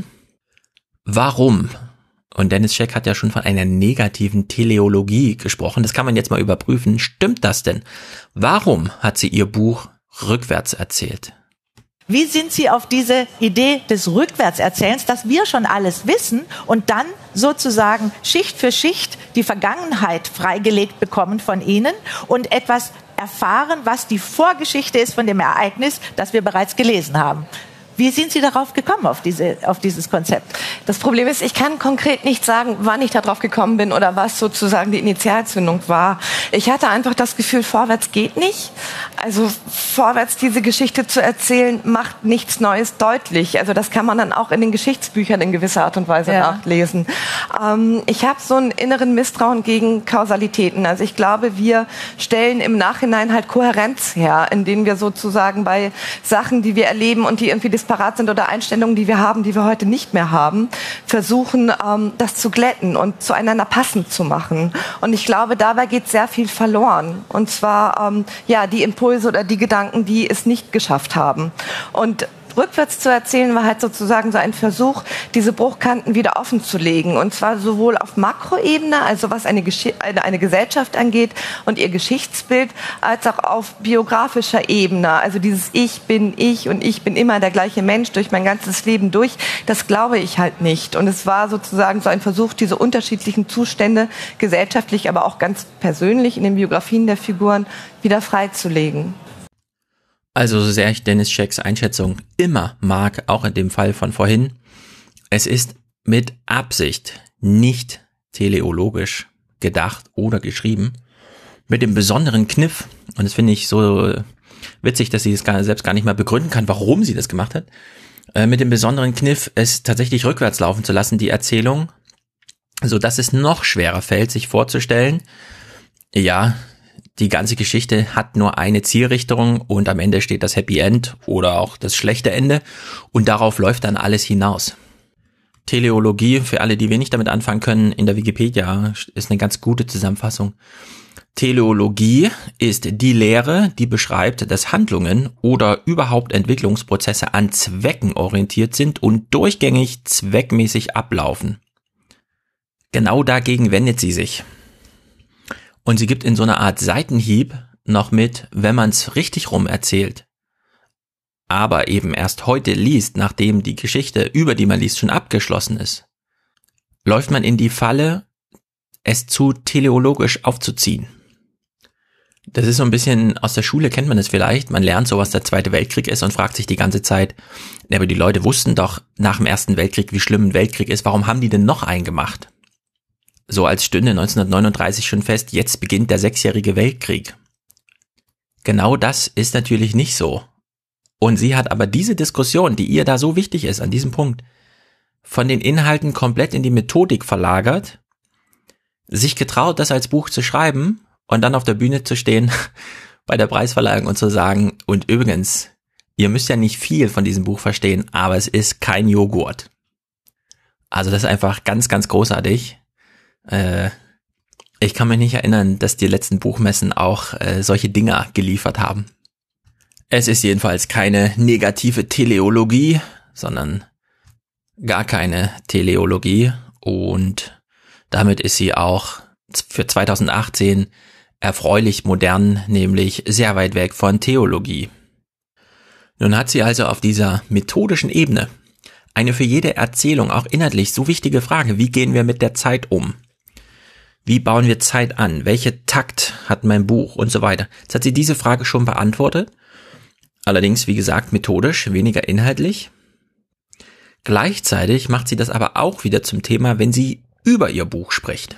Warum? Und Dennis Scheck hat ja schon von einer negativen Teleologie gesprochen. Das kann man jetzt mal überprüfen. Stimmt das denn? Warum hat sie ihr Buch rückwärts erzählt? Wie sind Sie auf diese Idee des Rückwärtserzählens, dass wir schon alles wissen und dann sozusagen Schicht für Schicht die Vergangenheit freigelegt bekommen von Ihnen und etwas erfahren, was die Vorgeschichte ist von dem Ereignis, das wir bereits gelesen haben? Wie sind Sie darauf gekommen, auf dieses Konzept? Das Problem ist, ich kann konkret nicht sagen, wann ich darauf gekommen bin oder was sozusagen die Initialzündung war. Ich hatte einfach das Gefühl, vorwärts geht nicht. Also vorwärts diese Geschichte zu erzählen, macht nichts Neues deutlich. Also das kann man dann auch in den Geschichtsbüchern in gewisser Art und Weise nachlesen. Ich habe so einen inneren Misstrauen gegen Kausalitäten. Also ich glaube, wir stellen im Nachhinein halt Kohärenz her, indem wir sozusagen bei Sachen, die wir erleben und die irgendwie disparat sind oder Einstellungen, die wir haben, die wir heute nicht mehr haben, versuchen, das zu glätten und zueinander passend zu machen. Und ich glaube, dabei geht sehr viel verloren. Und zwar die Impulse oder die Gedanken, die es nicht geschafft haben. Und rückwärts zu erzählen war halt sozusagen so ein Versuch, diese Bruchkanten wieder offen zu legen. Und zwar sowohl auf Makroebene, also was eine Gesellschaft angeht und ihr Geschichtsbild, als auch auf biografischer Ebene. Also dieses Ich bin ich und ich bin immer der gleiche Mensch durch mein ganzes Leben durch. Das glaube ich halt nicht. Und es war sozusagen so ein Versuch, diese unterschiedlichen Zustände gesellschaftlich, aber auch ganz persönlich in den Biografien der Figuren wieder freizulegen. Also so sehr ich Dennis Schecks Einschätzung immer mag, auch in dem Fall von vorhin, es ist mit Absicht nicht teleologisch gedacht oder geschrieben, mit dem besonderen Kniff, und das finde ich so witzig, dass sie das selbst gar nicht mehr begründen kann, warum sie das gemacht hat, mit dem besonderen Kniff, es tatsächlich rückwärts laufen zu lassen, die Erzählung, so dass es noch schwerer fällt, sich vorzustellen, ja, die ganze Geschichte hat nur eine Zielrichtung und am Ende steht das Happy End oder auch das schlechte Ende und darauf läuft dann alles hinaus. Teleologie, für alle, die wenig damit anfangen können, in der Wikipedia ist eine ganz gute Zusammenfassung. Teleologie ist die Lehre, die beschreibt, dass Handlungen oder überhaupt Entwicklungsprozesse an Zwecken orientiert sind und durchgängig zweckmäßig ablaufen. Genau dagegen wendet sie sich. Und sie gibt in so einer Art Seitenhieb noch mit, wenn man es richtig rum erzählt, aber eben erst heute liest, nachdem die Geschichte, über die man liest, schon abgeschlossen ist, läuft man in die Falle, es zu teleologisch aufzuziehen. Das ist so ein bisschen, aus der Schule kennt man das vielleicht, man lernt so, was der Zweite Weltkrieg ist und fragt sich die ganze Zeit, aber die Leute wussten doch nach dem Ersten Weltkrieg, wie schlimm ein Weltkrieg ist, warum haben die denn noch einen gemacht? So als stünde 1939 schon fest, jetzt beginnt der 6-jährige Weltkrieg. Genau das ist natürlich nicht so. Und sie hat aber diese Diskussion, die ihr da so wichtig ist, an diesem Punkt, von den Inhalten komplett in die Methodik verlagert, sich getraut, das als Buch zu schreiben und dann auf der Bühne zu stehen bei der Preisverleihung und zu sagen, und übrigens, ihr müsst ja nicht viel von diesem Buch verstehen, aber es ist kein Joghurt. Also das ist einfach ganz, ganz großartig. Ich kann mich nicht erinnern, dass die letzten Buchmessen auch solche Dinger geliefert haben. Es ist jedenfalls keine negative Teleologie, sondern gar keine Teleologie und damit ist sie auch für 2018 erfreulich modern, nämlich sehr weit weg von Theologie. Nun hat sie also auf dieser methodischen Ebene eine für jede Erzählung auch inhaltlich so wichtige Frage, wie gehen wir mit der Zeit um? Wie bauen wir Zeit an? Welche Takt hat mein Buch und so weiter? Jetzt hat sie diese Frage schon beantwortet. Allerdings, wie gesagt, methodisch, weniger inhaltlich. Gleichzeitig macht sie das aber auch wieder zum Thema, wenn sie über ihr Buch spricht.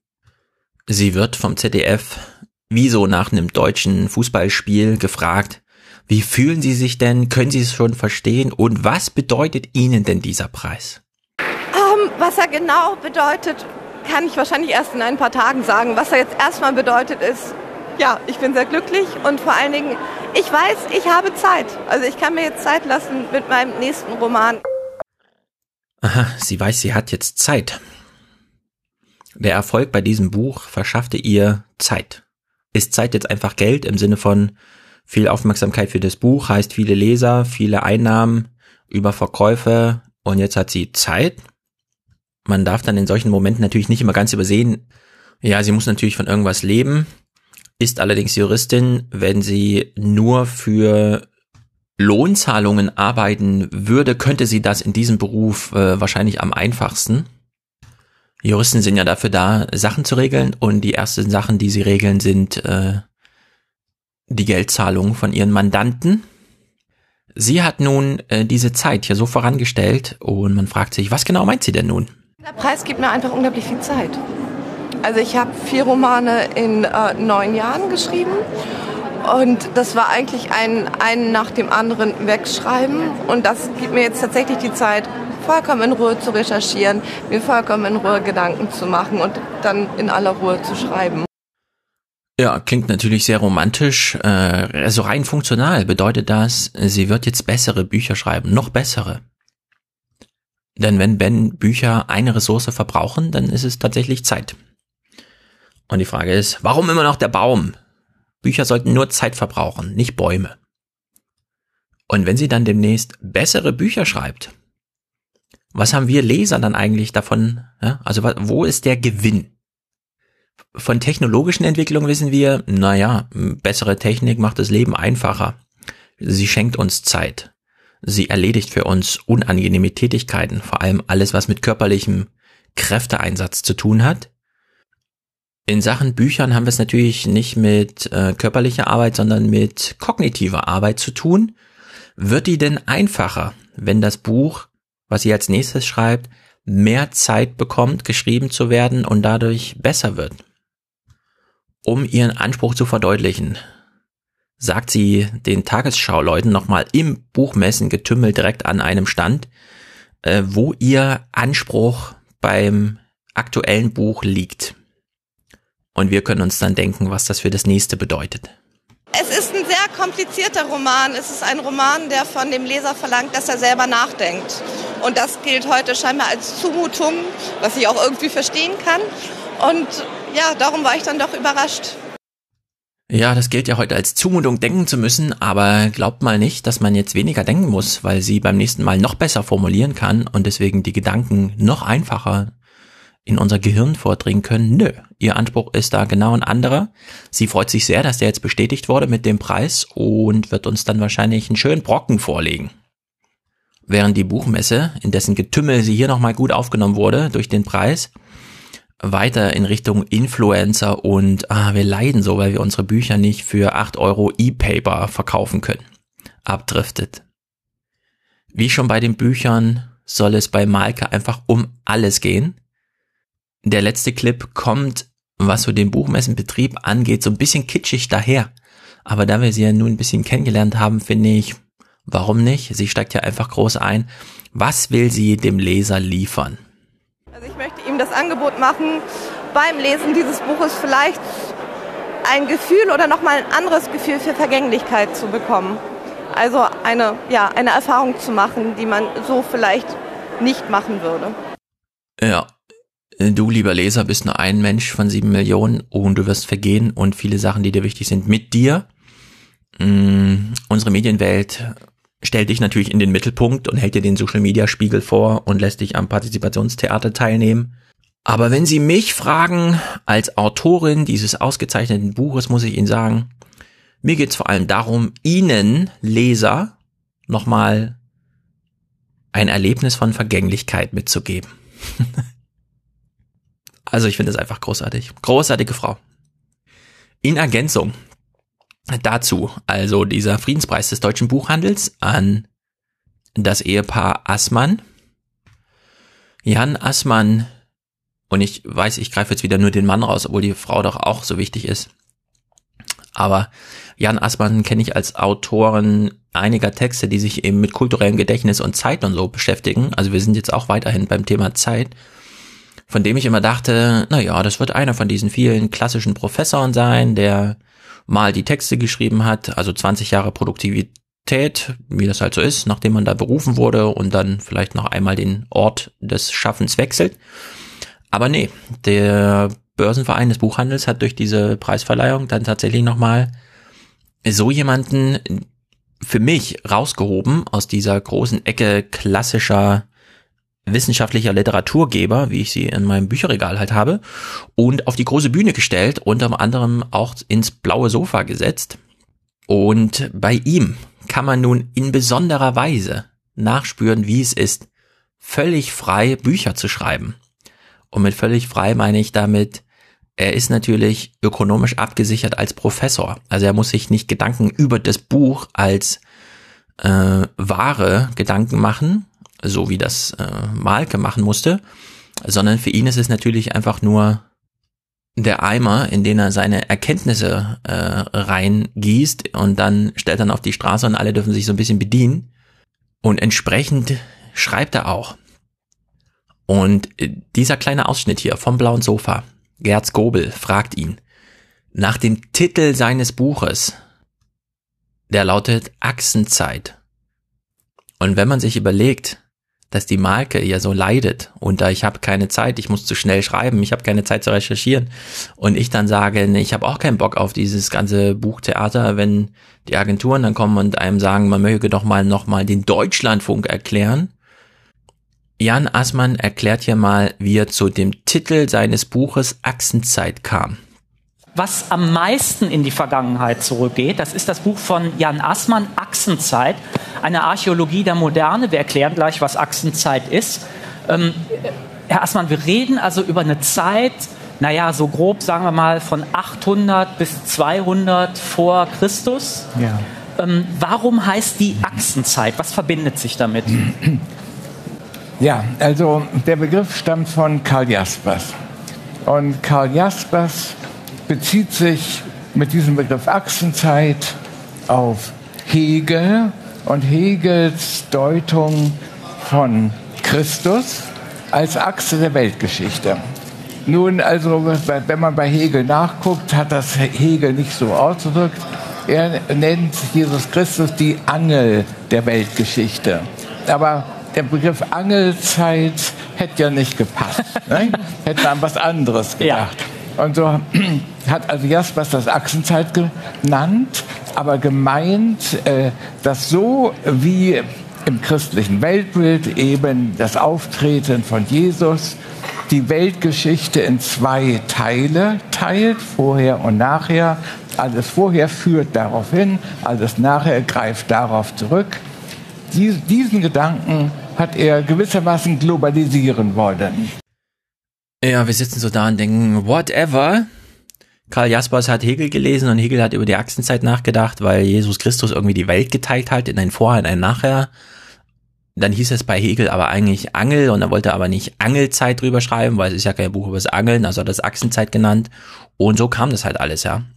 Sie wird vom ZDF, wie so nach einem deutschen Fußballspiel, gefragt, wie fühlen Sie sich denn? Können Sie es schon verstehen? Und was bedeutet Ihnen denn dieser Preis? Was er genau bedeutet, kann ich wahrscheinlich erst in ein paar Tagen sagen. Was er jetzt erstmal bedeutet ist, ja, ich bin sehr glücklich und vor allen Dingen, ich weiß, ich habe Zeit. Also ich kann mir jetzt Zeit lassen mit meinem nächsten Roman. Aha, sie weiß, sie hat jetzt Zeit. Der Erfolg bei diesem Buch verschaffte ihr Zeit. Ist Zeit jetzt einfach Geld im Sinne von viel Aufmerksamkeit für das Buch, heißt viele Leser, viele Einnahmen über Verkäufe und jetzt hat sie Zeit? Man darf dann in solchen Momenten natürlich nicht immer ganz übersehen, ja, sie muss natürlich von irgendwas leben, ist allerdings Juristin, wenn sie nur für Lohnzahlungen arbeiten würde, könnte sie das in diesem Beruf wahrscheinlich am einfachsten. Juristen sind ja dafür da, Sachen zu regeln und die ersten Sachen, die sie regeln, sind die Geldzahlungen von ihren Mandanten. Sie hat nun diese Zeit hier so vorangestellt und man fragt sich, was genau meint sie denn nun? Der Preis gibt mir einfach unglaublich viel Zeit. Also ich habe 4 Romane in 9 Jahren geschrieben und das war eigentlich einen nach dem anderen wegschreiben und das gibt mir jetzt tatsächlich die Zeit, vollkommen in Ruhe zu recherchieren, mir vollkommen in Ruhe Gedanken zu machen und dann in aller Ruhe zu schreiben. Ja, klingt natürlich sehr romantisch. Also rein funktional bedeutet das, sie wird jetzt bessere Bücher schreiben, noch bessere. Denn wenn Bücher eine Ressource verbrauchen, dann ist es tatsächlich Zeit. Und die Frage ist, warum immer noch der Baum? Bücher sollten nur Zeit verbrauchen, nicht Bäume. Und wenn sie dann demnächst bessere Bücher schreibt, was haben wir Leser dann eigentlich davon? Ja? Also wo ist der Gewinn? Von technologischen Entwicklungen wissen wir, naja, bessere Technik macht das Leben einfacher. Sie schenkt uns Zeit. Sie erledigt für uns unangenehme Tätigkeiten, vor allem alles, was mit körperlichem Kräfteeinsatz zu tun hat. In Sachen Büchern haben wir es natürlich nicht mit körperlicher Arbeit, sondern mit kognitiver Arbeit zu tun. Wird die denn einfacher, wenn das Buch, was sie als nächstes schreibt, mehr Zeit bekommt, geschrieben zu werden und dadurch besser wird? Um ihren Anspruch zu verdeutlichen, sagt sie den Tagesschau-Leuten nochmal im Buchmessengetümmel direkt an einem Stand, wo ihr Anspruch beim aktuellen Buch liegt. Und wir können uns dann denken, was das für das nächste bedeutet. Es ist ein sehr komplizierter Roman. Es ist ein Roman, der von dem Leser verlangt, dass er selber nachdenkt. Und das gilt heute scheinbar als Zumutung, was ich auch irgendwie verstehen kann. Und ja, darum war ich dann doch überrascht. Ja, das gilt ja heute als Zumutung, denken zu müssen, aber glaubt mal nicht, dass man jetzt weniger denken muss, weil sie beim nächsten Mal noch besser formulieren kann und deswegen die Gedanken noch einfacher in unser Gehirn vordringen können. Nö, ihr Anspruch ist da genau ein anderer. Sie freut sich sehr, dass der jetzt bestätigt wurde mit dem Preis und wird uns dann wahrscheinlich einen schönen Brocken vorlegen. Während die Buchmesse, in dessen Getümmel sie hier nochmal gut aufgenommen wurde durch den Preis, weiter in Richtung Influencer und wir leiden so, weil wir unsere Bücher nicht für 8 € E-Paper verkaufen können, abdriftet. Wie schon bei den Büchern soll es bei Malke einfach um alles gehen. Der letzte Clip kommt, was so den Buchmessenbetrieb angeht, so ein bisschen kitschig daher. Aber da wir sie ja nun ein bisschen kennengelernt haben, finde ich, warum nicht? Sie steigt ja einfach groß ein. Was will sie dem Leser liefern? Also ich möchte ihm das Angebot machen, beim Lesen dieses Buches vielleicht ein Gefühl oder nochmal ein anderes Gefühl für Vergänglichkeit zu bekommen. Also eine Erfahrung zu machen, die man so vielleicht nicht machen würde. Ja, du, lieber Leser, bist nur ein Mensch von 7 Millionen und du wirst vergehen und viele Sachen, die dir wichtig sind, mit dir. Unsere Medienwelt stellt dich natürlich in den Mittelpunkt und hält dir den Social-Media-Spiegel vor und lässt dich am Partizipationstheater teilnehmen. Aber wenn Sie mich fragen, als Autorin dieses ausgezeichneten Buches, muss ich Ihnen sagen, mir geht es vor allem darum, Ihnen, Leser, nochmal ein Erlebnis von Vergänglichkeit mitzugeben. Also ich finde es einfach großartig. Großartige Frau. In Ergänzung dazu, also dieser Friedenspreis des deutschen Buchhandels an das Ehepaar Assmann. Jan Assmann, und ich weiß, ich greife jetzt wieder nur den Mann raus, obwohl die Frau doch auch so wichtig ist. Aber Jan Assmann kenne ich als Autoren einiger Texte, die sich eben mit kulturellem Gedächtnis und Zeit und so beschäftigen. Also wir sind jetzt auch weiterhin beim Thema Zeit, von dem ich immer dachte, naja, das wird einer von diesen vielen klassischen Professoren sein, der mal die Texte geschrieben hat, also 20 Jahre Produktivität, wie das halt so ist, nachdem man da berufen wurde und dann vielleicht noch einmal den Ort des Schaffens wechselt. Aber nee, der Börsenverein des Buchhandels hat durch diese Preisverleihung dann tatsächlich nochmal so jemanden für mich rausgehoben aus dieser großen Ecke klassischer wissenschaftlicher Literaturgeber, wie ich sie in meinem Bücherregal halt habe, und auf die große Bühne gestellt, unter anderem auch ins blaue Sofa gesetzt. Und bei ihm kann man nun in besonderer Weise nachspüren, wie es ist, völlig frei Bücher zu schreiben. Und mit völlig frei meine ich damit, er ist natürlich ökonomisch abgesichert als Professor. Also er muss sich nicht Gedanken über das Buch als Ware Gedanken machen, so wie das Malke machen musste, sondern für ihn ist es natürlich einfach nur der Eimer, in den er seine Erkenntnisse reingießt und dann stellt er auf die Straße und alle dürfen sich so ein bisschen bedienen und entsprechend schreibt er auch. Und dieser kleine Ausschnitt hier vom blauen Sofa, Gerz Gobel fragt ihn nach dem Titel seines Buches, der lautet Achsenzeit. Und wenn man sich überlegt, dass die Malke ja so leidet und da ich habe keine Zeit, ich muss zu schnell schreiben, ich habe keine Zeit zu recherchieren und ich dann sage, nee, ich habe auch keinen Bock auf dieses ganze Buchtheater, wenn die Agenturen dann kommen und einem sagen, man möge doch mal nochmal den Deutschlandfunk erklären. Jan Assmann erklärt hier mal, wie er zu dem Titel seines Buches Achsenzeit kam. Was am meisten in die Vergangenheit zurückgeht, das ist das Buch von Jan Assmann, Achsenzeit, eine Archäologie der Moderne. Wir erklären gleich, was Achsenzeit ist. Herr Assmann, wir reden also über eine Zeit, naja, so grob, sagen wir mal, von 800 bis 200 vor Christus. Ja. Warum heißt die Achsenzeit? Was verbindet sich damit? Ja, also der Begriff stammt von Karl Jaspers. Und Karl Jaspers bezieht sich mit diesem Begriff Achsenzeit auf Hegel und Hegels Deutung von Christus als Achse der Weltgeschichte. Nun, also, wenn man bei Hegel nachguckt, hat das Hegel nicht so ausgedrückt. Er nennt Jesus Christus die Angel der Weltgeschichte. Aber der Begriff Angelzeit hätte ja nicht gepasst. Ne? Hätte man was anderes gedacht. Ja. Und so hat also Jaspers das Achsenzeit genannt, aber gemeint, dass so wie im christlichen Weltbild eben das Auftreten von Jesus die Weltgeschichte in zwei Teile teilt, vorher und nachher. Alles vorher führt darauf hin, alles nachher greift darauf zurück. Diesen Gedanken hat er gewissermaßen globalisieren wollen. Ja, wir sitzen so da und denken, whatever. Karl Jaspers hat Hegel gelesen und Hegel hat über die Achsenzeit nachgedacht, weil Jesus Christus irgendwie die Welt geteilt hat in ein Vorher und ein Nachher. Dann hieß es bei Hegel aber eigentlich Angel und er wollte aber nicht Angelzeit drüber schreiben, weil es ist ja kein Buch über das Angeln, also hat das Achsenzeit genannt. Und so kam das halt alles, ja.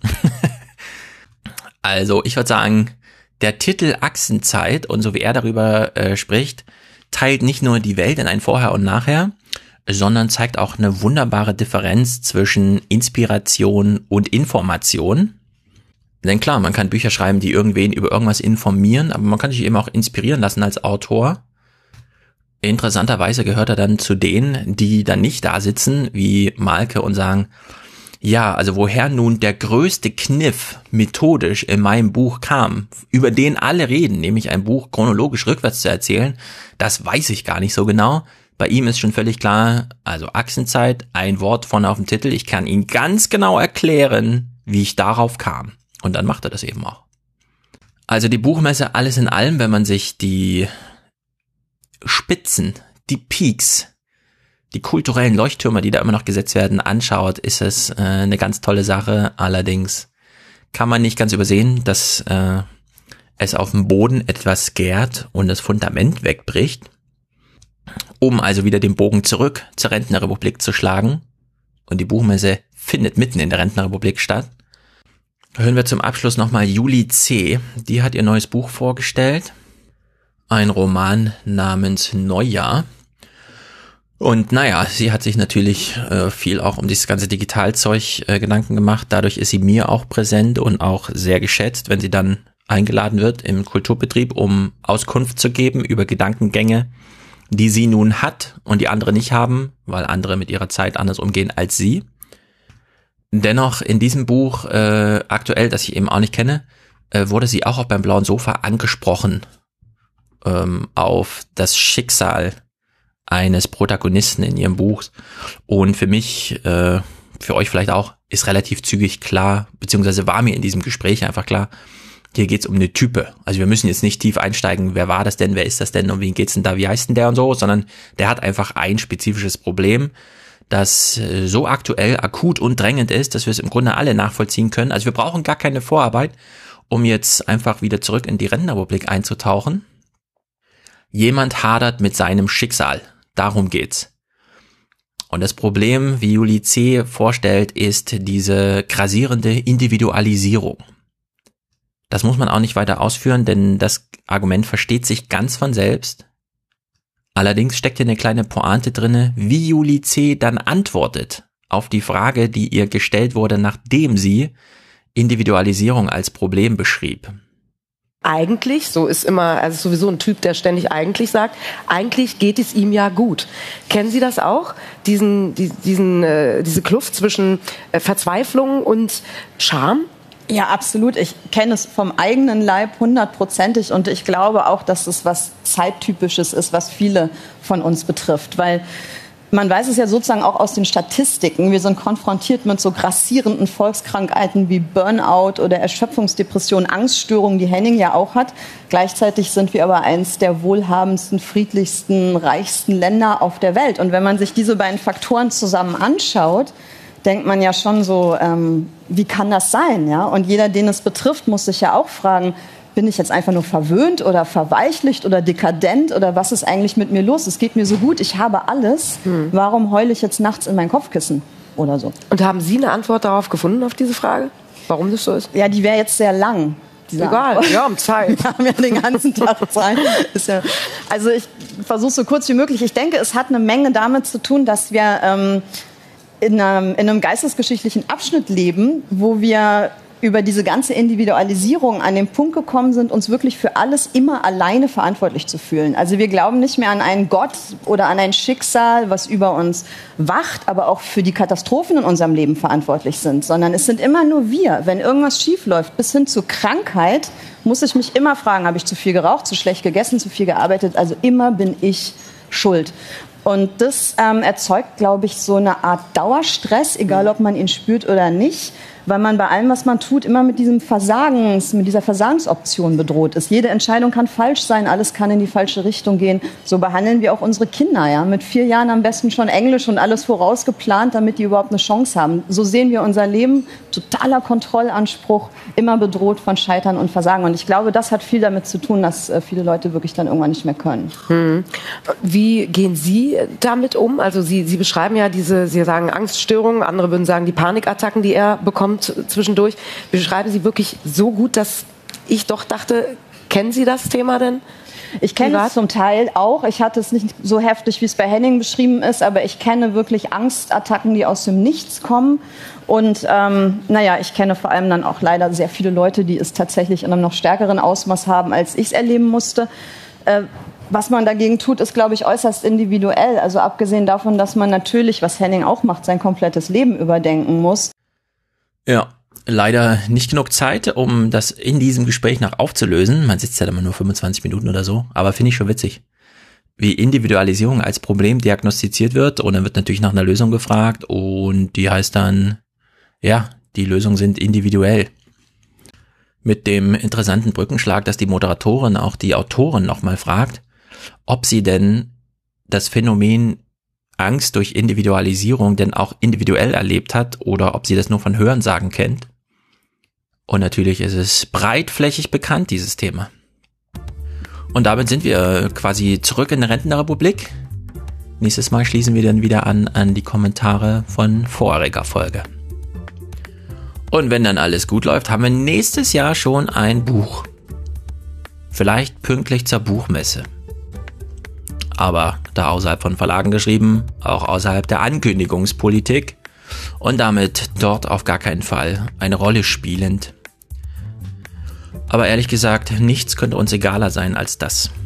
Also ich würde sagen, der Titel Achsenzeit und so wie er darüber spricht, teilt nicht nur die Welt in ein Vorher und Nachher, sondern zeigt auch eine wunderbare Differenz zwischen Inspiration und Information. Denn klar, man kann Bücher schreiben, die irgendwen über irgendwas informieren, aber man kann sich eben auch inspirieren lassen als Autor. Interessanterweise gehört er dann zu denen, die dann nicht da sitzen, wie Malke, und sagen, ja, also woher nun der größte Kniff methodisch in meinem Buch kam, über den alle reden, nämlich ein Buch chronologisch rückwärts zu erzählen, das weiß ich gar nicht so genau. Bei ihm ist schon völlig klar, also Achsenzeit, ein Wort vorne auf dem Titel, ich kann Ihnen ganz genau erklären, wie ich darauf kam. Und dann macht er das eben auch. Also die Buchmesse, alles in allem, wenn man sich die Spitzen, die Peaks, die kulturellen Leuchttürme, die da immer noch gesetzt werden, anschaut, ist es eine ganz tolle Sache. Allerdings kann man nicht ganz übersehen, dass es auf dem Boden etwas gärt und das Fundament wegbricht, um also wieder den Bogen zurück zur Rentnerrepublik zu schlagen. Und die Buchmesse findet mitten in der Rentnerrepublik statt. Hören wir zum Abschluss nochmal Julie C. Die hat ihr neues Buch vorgestellt. Ein Roman namens Neujahr. Und naja, sie hat sich natürlich viel auch um dieses ganze Digitalzeug Gedanken gemacht. Dadurch ist sie mir auch präsent und auch sehr geschätzt, wenn sie dann eingeladen wird im Kulturbetrieb, um Auskunft zu geben über Gedankengänge, die sie nun hat und die andere nicht haben, weil andere mit ihrer Zeit anders umgehen als sie. Dennoch in diesem Buch aktuell, das ich eben auch nicht kenne, wurde sie auch beim Blauen Sofa angesprochen auf das Schicksal eines Protagonisten in ihrem Buch. Und für mich, für euch vielleicht auch, ist relativ zügig klar, beziehungsweise war mir in diesem Gespräch einfach klar, hier geht's um eine Type. Also wir müssen jetzt nicht tief einsteigen, wer war das denn, wer ist das denn und wen geht's denn da, wie heißt denn der und so, sondern der hat einfach ein spezifisches Problem, das so aktuell, akut und drängend ist, dass wir es im Grunde alle nachvollziehen können. Also wir brauchen gar keine Vorarbeit, um jetzt einfach wieder zurück in die Rentenrepublik einzutauchen. Jemand hadert mit seinem Schicksal. Darum geht's. Und das Problem, wie Julie C. vorstellt, ist diese grassierende Individualisierung. Das muss man auch nicht weiter ausführen, denn das Argument versteht sich ganz von selbst. Allerdings steckt hier eine kleine Pointe drinne, wie Julie C. dann antwortet auf die Frage, die ihr gestellt wurde, nachdem sie Individualisierung als Problem beschrieb. Eigentlich, so ist immer, also sowieso ein Typ, der ständig eigentlich sagt, eigentlich geht es ihm ja gut. Kennen Sie das auch? Diese Kluft zwischen Verzweiflung und Scham? Ja, absolut. Ich kenne es vom eigenen Leib 100%ig und ich glaube auch, dass es was Zeittypisches ist, was viele von uns betrifft, weil man weiß es ja sozusagen auch aus den Statistiken. Wir sind konfrontiert mit so grassierenden Volkskrankheiten wie Burnout oder Erschöpfungsdepression, Angststörungen, die Henning ja auch hat. Gleichzeitig sind wir aber eines der wohlhabendsten, friedlichsten, reichsten Länder auf der Welt. Und wenn man sich diese beiden Faktoren zusammen anschaut, denkt man ja schon so, wie kann das sein? Ja? Und jeder, den es betrifft, muss sich ja auch fragen, bin ich jetzt einfach nur verwöhnt oder verweichlicht oder dekadent oder was ist eigentlich mit mir los? Es geht mir so gut, ich habe alles. Warum heule ich jetzt nachts in mein Kopfkissen oder so? Und haben Sie eine Antwort darauf gefunden, auf diese Frage? Warum das so ist? Ja, die wäre jetzt sehr lang. Egal, wir haben Zeit. Wir haben ja den ganzen Tag Zeit. Also ich versuche so kurz wie möglich. Ich denke, es hat eine Menge damit zu tun, dass wir in einem geistesgeschichtlichen Abschnitt leben, wo wir über diese ganze Individualisierung an den Punkt gekommen sind, uns wirklich für alles immer alleine verantwortlich zu fühlen. Also wir glauben nicht mehr an einen Gott oder an ein Schicksal, was über uns wacht, aber auch für die Katastrophen in unserem Leben verantwortlich sind, sondern es sind immer nur wir. Wenn irgendwas schief läuft, bis hin zu Krankheit, muss ich mich immer fragen, habe ich zu viel geraucht, zu schlecht gegessen, zu viel gearbeitet? Also immer bin ich schuld. Und das erzeugt, glaube ich, so eine Art Dauerstress, egal ob man ihn spürt oder nicht, weil man bei allem, was man tut, immer mit dieser Versagensoption bedroht ist. Jede Entscheidung kann falsch sein, alles kann in die falsche Richtung gehen. So behandeln wir auch unsere Kinder. Ja? Mit 4 Jahren am besten schon Englisch und alles vorausgeplant, damit die überhaupt eine Chance haben. So sehen wir unser Leben, totaler Kontrollanspruch, immer bedroht von Scheitern und Versagen. Und ich glaube, das hat viel damit zu tun, dass viele Leute wirklich dann irgendwann nicht mehr können. Wie gehen Sie damit um? Also Sie beschreiben ja Sie sagen Angststörungen, andere würden sagen die Panikattacken, die er bekommt zwischendurch. Beschreiben Sie wirklich so gut, dass ich doch dachte, kennen Sie das Thema denn? Ich kenne es zum Teil auch. Ich hatte es nicht so heftig, wie es bei Henning beschrieben ist, aber ich kenne wirklich Angstattacken, die aus dem Nichts kommen. Und ich kenne vor allem dann auch leider sehr viele Leute, die es tatsächlich in einem noch stärkeren Ausmaß haben, als ich es erleben musste. Was man dagegen tut, ist, glaube ich, äußerst individuell. Also abgesehen davon, dass man natürlich, was Henning auch macht, sein komplettes Leben überdenken muss. Ja, leider nicht genug Zeit, um das in diesem Gespräch noch aufzulösen. Man sitzt ja immer nur 25 Minuten oder so, aber finde ich schon witzig, wie Individualisierung als Problem diagnostiziert wird und dann wird natürlich nach einer Lösung gefragt und die heißt dann, ja, die Lösungen sind individuell. Mit dem interessanten Brückenschlag, dass die Moderatorin auch die Autorin nochmal fragt, ob sie denn das Phänomen Angst durch Individualisierung denn auch individuell erlebt hat oder ob sie das nur von Hörensagen kennt. Und natürlich ist es breitflächig bekannt, dieses Thema. Und damit sind wir quasi zurück in der Rentenrepublik. Nächstes Mal schließen wir dann wieder an die Kommentare von voriger Folge. Und wenn dann alles gut läuft, haben wir nächstes Jahr schon ein Buch. Vielleicht pünktlich zur Buchmesse. Aber da außerhalb von Verlagen geschrieben, auch außerhalb der Ankündigungspolitik und damit dort auf gar keinen Fall eine Rolle spielend. Aber ehrlich gesagt, nichts könnte uns egaler sein als das.